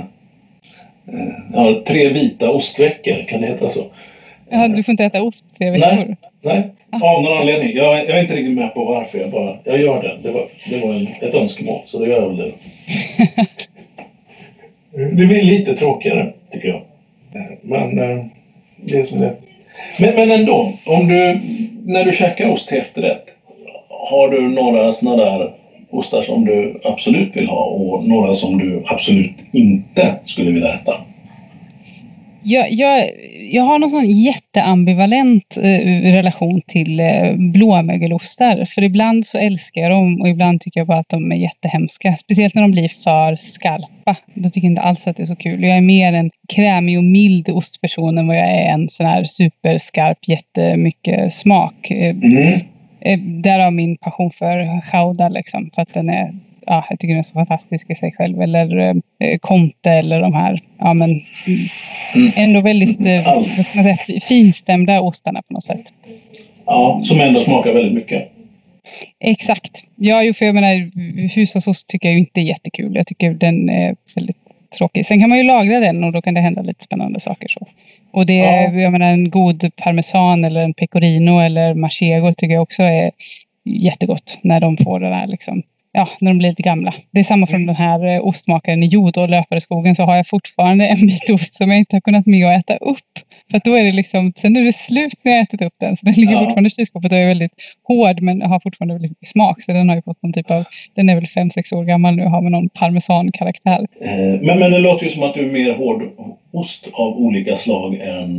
3 vita ostveckor, kan det heta så? Ja, du får inte äta ost på 3 veckor. Nej. Av någon anledning. Jag är inte riktigt med på varför, jag gör det. Det var ett önskemål, så det gör jag väl det. Det blir lite tråkigare, tycker jag. Men det är som det. Men ändå, när du käkar ost till efterrätt, har du några såna där ostar som du absolut vill ha och några som du absolut inte skulle vilja äta? Jag har någon sån jätteambivalent relation till blåmögelostar. För ibland så älskar jag dem och ibland tycker jag bara att de är jättehemska. Speciellt när de blir för skarpa. Då tycker jag inte alls att det är så kul. Jag är mer en krämig och mild ostperson än vad jag är en sån här superskarp, jättemycket smak. Därav min passion för Gouda liksom. För att den är, jag tycker den är så fantastisk i sig själv. Eller Comte eller de här, ändå väldigt vad ska man säga, finstämda ostarna på något sätt. Ja, som ändå smakar väldigt mycket. Exakt. Ja, för jag menar, hushållsost tycker jag ju inte är jättekul. Jag tycker den är väldigt tråkig. Sen kan man ju lagra den och då kan det hända lite spännande saker så. Och jag menar, en god parmesan eller en pecorino eller manchego tycker jag också är jättegott när de får det där liksom. Ja, när de blir lite gamla. Det är samma från den här ostmakaren i Jod och Löpareskogen, så har jag fortfarande en bit ost som jag inte har kunnat med att äta upp. För att då är det liksom, sen är det slut när jag ätit upp den. Så den ligger fortfarande i kylskåpet och är väldigt hård, men har fortfarande väldigt mycket smak. Så den har ju fått någon typ av, den är väl 5-6 år gammal nu, har med någon parmesan-karaktär. Men det låter ju som att du är mer hård ost av olika slag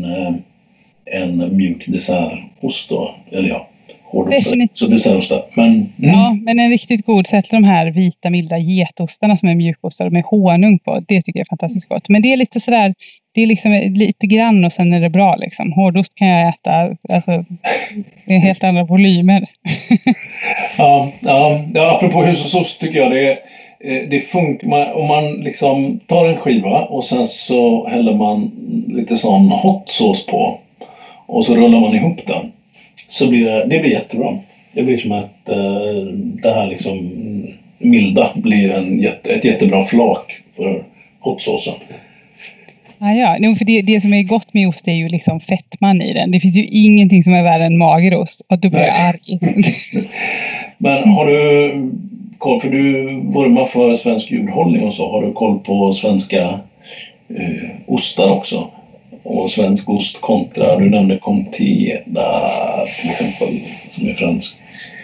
än mjuk dessertost då, eller ja. Definitivt. Så dessertostar. Ja, men en riktigt god, särskilt de här vita milda getostarna som är mjukostar med honung på. Det tycker jag är fantastiskt gott. Men det är lite sådär, det är liksom lite grann och sen är det bra liksom. Hårdost kan jag äta, alltså det är helt andra volymer. Ja, apropå hushållsost tycker jag det funkar om man liksom tar en skiva och sen så häller man lite sån hot sauce på och så rullar man ihop den. Så det blir jättebra. Det blir som att det här liksom milda blir ett jättebra flak för hotsåsen. Ja, för det som är gott med ost är ju liksom fettman i den. Det finns ju ingenting som är värre än magerost. Och då blir jag arg. Men har du koll, för du vurmar för svensk djurhållning och så, har du koll på svenska ostar också? och svensk ost kontra, du nämnde Comté till exempel, som är fransk.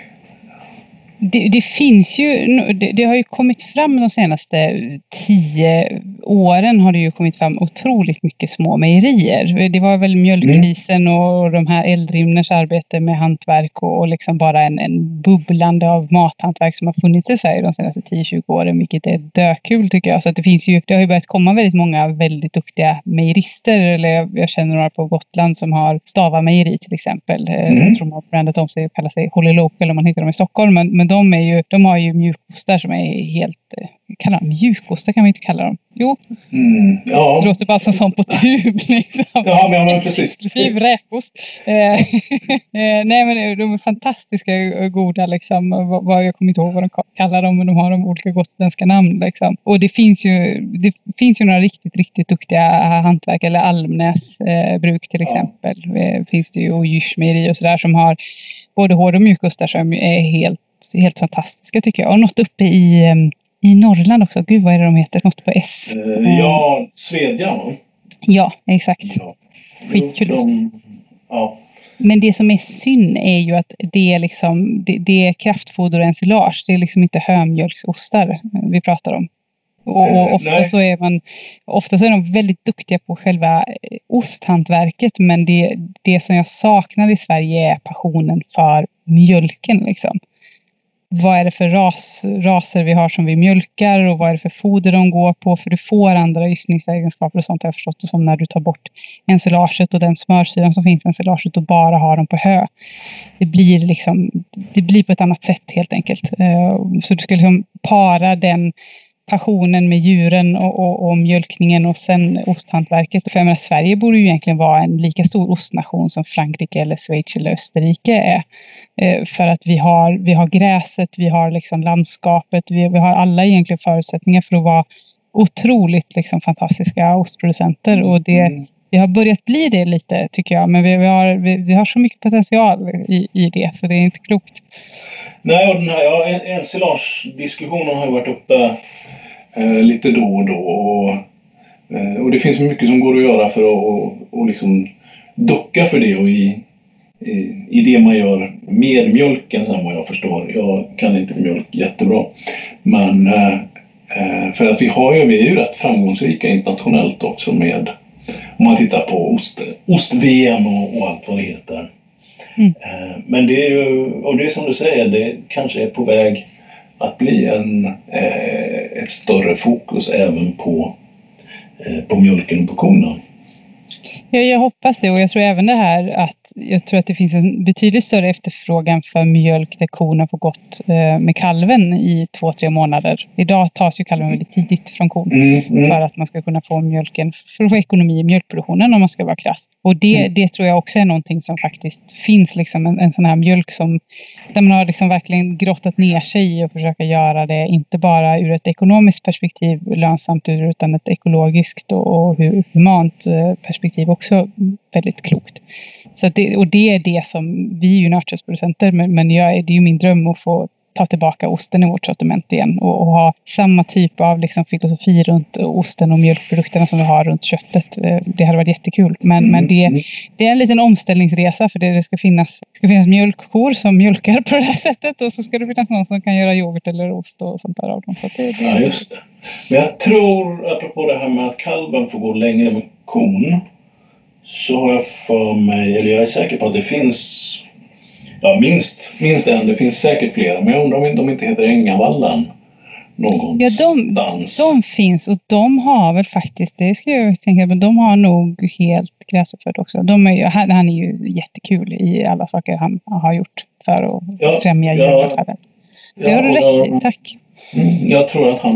Det finns ju, det har ju kommit fram de senaste 10 åren har det ju kommit fram otroligt mycket små mejerier. Det var väl mjölkkrisen och de här Eldrimners arbete med hantverk och liksom bara en bubblande av mathantverk som har funnits i Sverige de senaste 10-20 åren, vilket är dökul tycker jag. Så att det har ju börjat komma väldigt många väldigt duktiga mejerister, eller jag känner några på Gotland som har Stava mejeri till exempel. Jag tror man har brandat om sig och kallar sig Holy Local om man hittar dem i Stockholm, men de har ju mjukostar som är helt, kallar de mjukostar kan vi inte kalla dem. Jo, ja. Det låter bara som sån på tub. Liksom. Ja, men precis. Exklusiv räkost. Nej, men de är fantastiska och goda liksom. Jag kommer inte ihåg vad de kallar dem, men de har de olika gotländska namn liksom. Och det finns ju några riktigt, riktigt duktiga hantverk, eller Almnäs bruk till exempel. Finns det ju, och Djursmejeri och sådär som har både hård och mjukostar som är helt fantastiska tycker jag. Och något uppe i Norrland också. Gud, vad är det de heter? Något på S. Ja, Svedjan. Ja, exakt. Ja. Skitkul. Ja. Men det som är synd är ju att det är liksom det är kraftfoder och ensilage. Det är liksom inte hömjölksostar vi pratar om. Och ofta så är de väldigt duktiga på själva osthantverket, men det som jag saknar i Sverige är passionen för mjölken liksom. Vad är det för raser vi har som vi mjölkar och vad är det för foder de går på, för du får andra ystningsegenskaper och sånt har jag förstått det som när du tar bort ensilaget och den smörsyran som finns i ensilaget och bara har dem på hö. Det blir på ett annat sätt helt enkelt. Så du ska liksom para den passionen med djuren och mjölkningen och sen osthantverket. För jag menar, Sverige borde ju egentligen vara en lika stor ostnation som Frankrike eller Schweiz eller Österrike är. För att vi har gräset, vi har liksom landskapet, vi har alla egentligen förutsättningar för att vara otroligt liksom fantastiska ostproducenter. Och det har börjat bli det lite tycker jag, men vi har så mycket potential i det, så det är inte klokt. Nej, och den här ensilage-diskussionen har ju varit uppe lite då och då. Och det finns mycket som går att göra för att liksom ducka för det och i det man gör med mjölken sen vad jag förstår. Jag kan inte mjölk jättebra. Men för att vi är ju rätt framgångsrika internationellt också med, om man tittar på ost-VM och allt vad det heter. Men det är ju, och det är som du säger, det kanske är på väg att bli ett större fokus även på mjölken och på korna. Ja, jag hoppas det, och jag tror även det här att det finns en betydligt större efterfrågan för mjölk där korna får gått med kalven i 2-3 månader. Idag tas ju kalven väldigt tidigt från kon för att man ska kunna få mjölken, för att få ekonomi i mjölkproduktionen om man ska vara krass. Och det tror jag också är någonting som faktiskt finns, liksom en sån här mjölk där man har liksom verkligen grottat ner sig i och försöka göra det inte bara ur ett ekonomiskt perspektiv lönsamt utan ett ekologiskt och humant perspektiv också väldigt klokt. Så det är det som vi är ju nötköttsproducenter, men det är ju min dröm att få ta tillbaka osten i vårt sortiment igen och ha samma typ av liksom filosofi runt osten och mjölkprodukterna som vi har runt köttet. Det hade varit jättekul, men det är en liten omställningsresa, för det ska finnas mjölkkor som mjölkar på det här sättet, och så ska det finnas någon som kan göra yoghurt eller ost och sånt där av dem. Så ja, just det. Men jag tror, apropå det här med att kalven får gå längre med kon, så har jag för mig, eller jag är säker på att det finns minst en, det finns säkert flera, men jag undrar om de inte heter Ängavallen någonstans. Ja, de finns, och de har väl faktiskt, det ska jag tänka, men de har nog helt gräsuppfödd också. Han är ju jättekul i alla saker han har gjort för att främja djurvälfärden. Det har du rätt i, tack. Jag tror att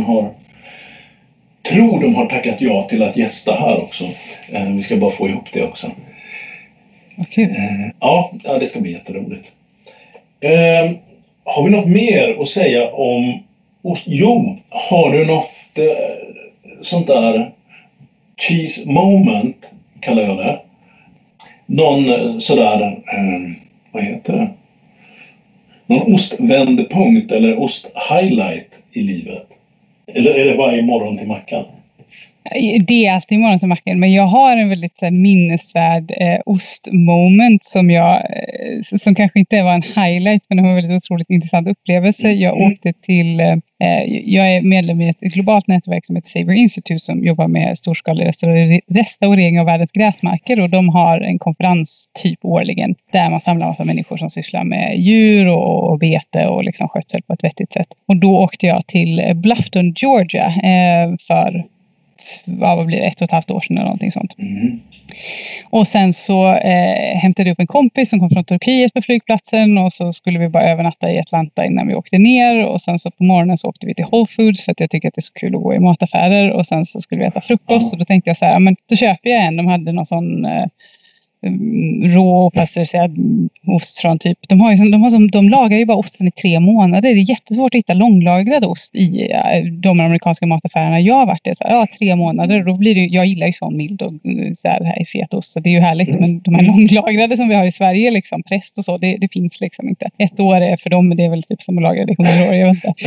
de har tackat ja till att gästa här också. Vi ska bara få ihop det också. Okay. Ja, det ska bli jätteroligt. Har vi något mer att säga om ost? Jo, har du något sånt där cheese moment, kallar jag det? Någon sådär, vad heter det? Någon ostvändpunkt eller osthighlight i livet? Eller är det varje morgon till mackan? Det är alltid morgon till macken, men jag har en väldigt så här, minnesvärd ostmoment som kanske inte var en highlight, men det var en väldigt otroligt intressant upplevelse. Jag åkte till, jag är medlem i ett globalt nätverk som heter Saver Institute som jobbar med storskalig restaurering av världens gräsmarker, och de har en konferens typ årligen där man samlar massa människor som sysslar med djur och bete och liksom skötsel på ett vettigt sätt. Och då åkte jag till Bluffton, Georgia för vad blir det, 1,5 år sedan eller någonting sånt. Och sen så hämtade jag upp en kompis som kom från Turkiet på flygplatsen, och så skulle vi bara övernatta i Atlanta innan vi åkte ner, och sen så på morgonen så åkte vi till Whole Foods för att jag tycker att det är så kul att gå i mataffärer, och sen så skulle vi äta frukost och då tänkte jag så här, men då köper jag en, de hade någon sån rå och pasteuriserad ost från typ, de lagar ju bara osten i 3 månader. Det är jättesvårt att hitta långlagrad ost i de amerikanska mataffärerna jag har varit. Det så här, 3 månader, då blir det, jag gillar ju sån mild och så här i fet ost, så det är ju härligt, men de här långlagrade som vi har i Sverige liksom, präst och så, det finns liksom inte. 1 år är för dem, det är väl typ som att lagra det i 100 år, jag vet inte.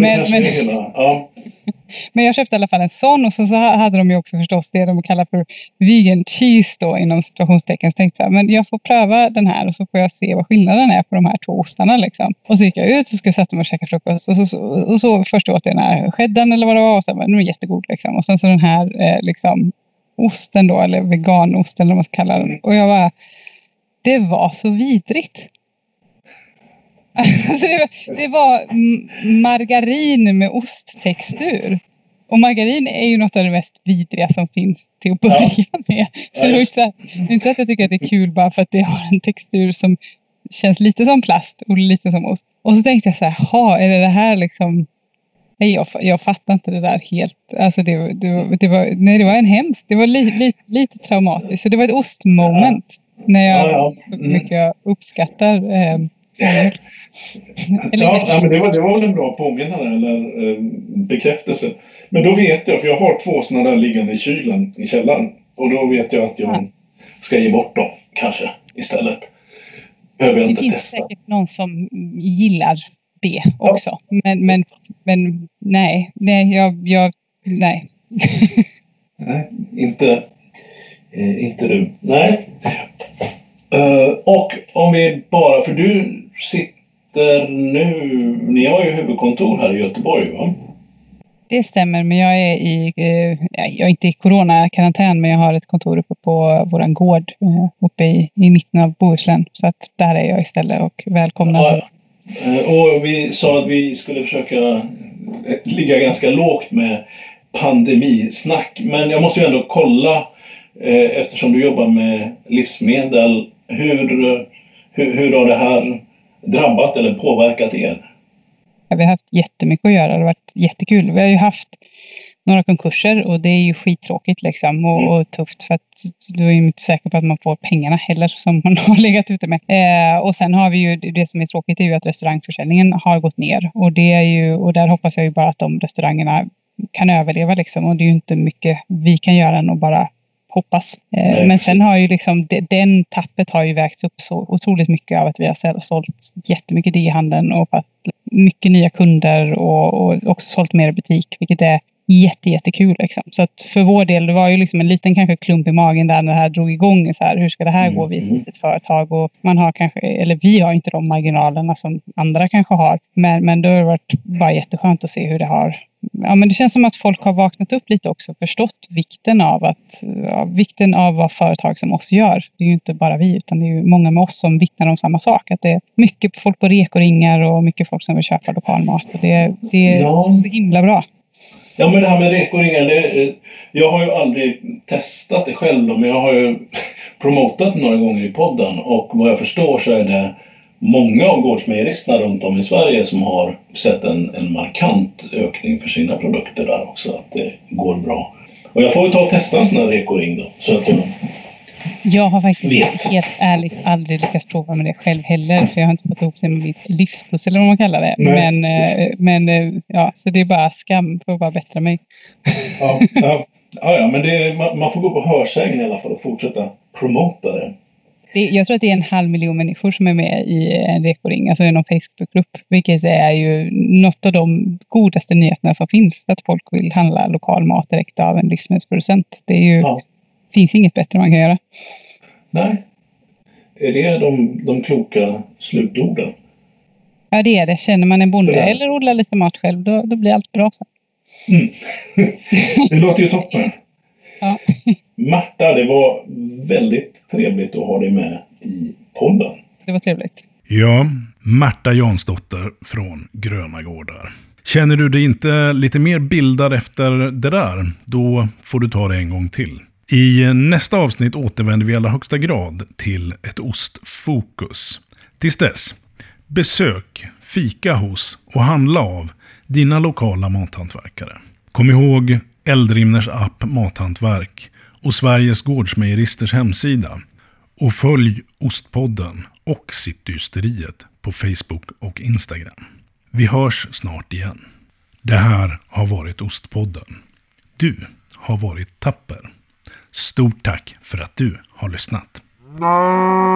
Men jag köpte i alla fall en sån, och så hade de ju också förstås det de kallar för vegan cheese då inom situationstecken. Så tänkte jag, men jag får pröva den här och så får jag se vad skillnaden är på de här 2 ostarna liksom. Och så gick jag ut och skulle sätta mig och käka frukost, och så först åt jag den här cheddaren eller vad det var, och så var den jättegod liksom. Och sen så den här liksom osten då, eller veganosten eller vad man ska kalla den. Och jag bara, det var så vidrigt. Alltså det var margarin med osttextur. Och margarin är ju något av det mest vidriga som finns till att börja med. Så det är inte så att jag tycker att det är kul bara för att det har en textur som känns lite som plast och lite som ost. Och så tänkte jag så här, är det här liksom... Nej, jag fattar inte det där helt. Alltså det var en hemskt. Det var lite traumatiskt. Så det var ett ostmoment när jag mycket jag uppskattar men det var väl en bra påminnare eller bekräftelse. Men då vet jag, för jag har 2 sådana där liggande i kylen i källaren. Och då vet jag att jag ska ge bort dem kanske istället. Behöver jag inte testa. Det finns säkert någon som gillar det också. Men nej. Nej, inte du. Nej. Och om vi bara, för du sitter nu, ni har ju huvudkontor här i Göteborg, va? Det stämmer, men jag är inte i coronakarantän, men jag har ett kontor uppe på våran gård uppe i mitten av Bohuslän. Så att där är jag istället och välkomnar. Ja, och vi sa att vi skulle försöka ligga ganska lågt med pandemisnack. Men jag måste ju ändå kolla, eftersom du jobbar med livsmedel, hur har det här drabbat eller påverkat er? Ja, vi har haft jättemycket att göra. Det har varit jättekul. Vi har ju haft några konkurser och det är ju skittråkigt liksom och tufft, för att du är ju inte säker på att man får pengarna heller som man har legat ute med. Och sen har vi ju, det som är tråkigt är ju att restaurangförsäljningen har gått ner, och det är ju, och där hoppas jag ju bara att de restaurangerna kan överleva liksom, och det är ju inte mycket vi kan göra än att bara hoppas. Men sen har ju liksom den tappet har ju vägts upp så otroligt mycket av att vi har sålt jättemycket i handeln och fått mycket nya kunder och också sålt mer i butik, vilket är jättekul liksom. Så att för vår del, det var ju liksom en liten kanske klump i magen där när det här drog igång, så här, hur ska det här gå vid ett litet företag, och man har kanske, eller vi har inte de marginalerna som andra kanske har, men det har varit bara jätteskönt att se hur det har, ja, men det känns som att folk har vaknat upp lite också, förstått vikten av vad företag som oss gör. Det är ju inte bara vi, utan det är ju många med oss som vittnar om samma sak, att det är mycket folk på rekoringar och mycket folk som vill köpa lokalmat, och det är så himla bra. Ja, men det här med rekoringar, jag har ju aldrig testat det själv då, men jag har ju promotat några gånger i podden, och vad jag förstår så är det många av gårdsmejeristerna runt om i Sverige som har sett en markant ökning för sina produkter där också, att det går bra. Och jag får ju ta och testa en sån här rekoring då, så att jag har faktiskt helt ärligt aldrig lyckats prova med det själv heller, för jag har inte fått ihop det med mitt livspussel eller vad man kallar det. Men ja, så det är bara skam för att bara bättra mig. Ja, men man får gå på hörsägen i alla fall och fortsätta promota det. Jag tror att det är 500 000 människor som är med i en rekoring, alltså i någon Facebookgrupp. Vilket är ju något av de godaste nyheterna som finns. Att folk vill handla lokal mat direkt av en livsmedelsproducent. Det är ju, finns inget bättre man kan göra. Nej. Är det de kloka slutorden? Ja, det är det. Känner man en bonde eller odlar lite mat själv, då blir allt bra sen. Det låter ju toppen. Ja. Marta, det var väldigt trevligt att ha dig med i podden. Det var trevligt. Ja, Marta Jansdotter från Gröna Gårdar. Känner du dig inte lite mer bildad efter det där, då får du ta det en gång till. I nästa avsnitt återvänder vi i allra högsta grad till ett ostfokus. Tills dess, besök, fika hos och handla av dina lokala mathantverkare. Kom ihåg Eldrimners app Mathantverk och Sveriges gårdsmejeristers hemsida. Och följ Ostpodden och Cityhysteriet på Facebook och Instagram. Vi hörs snart igen. Det här har varit Ostpodden. Du har varit tapper. Stort tack för att du har lyssnat.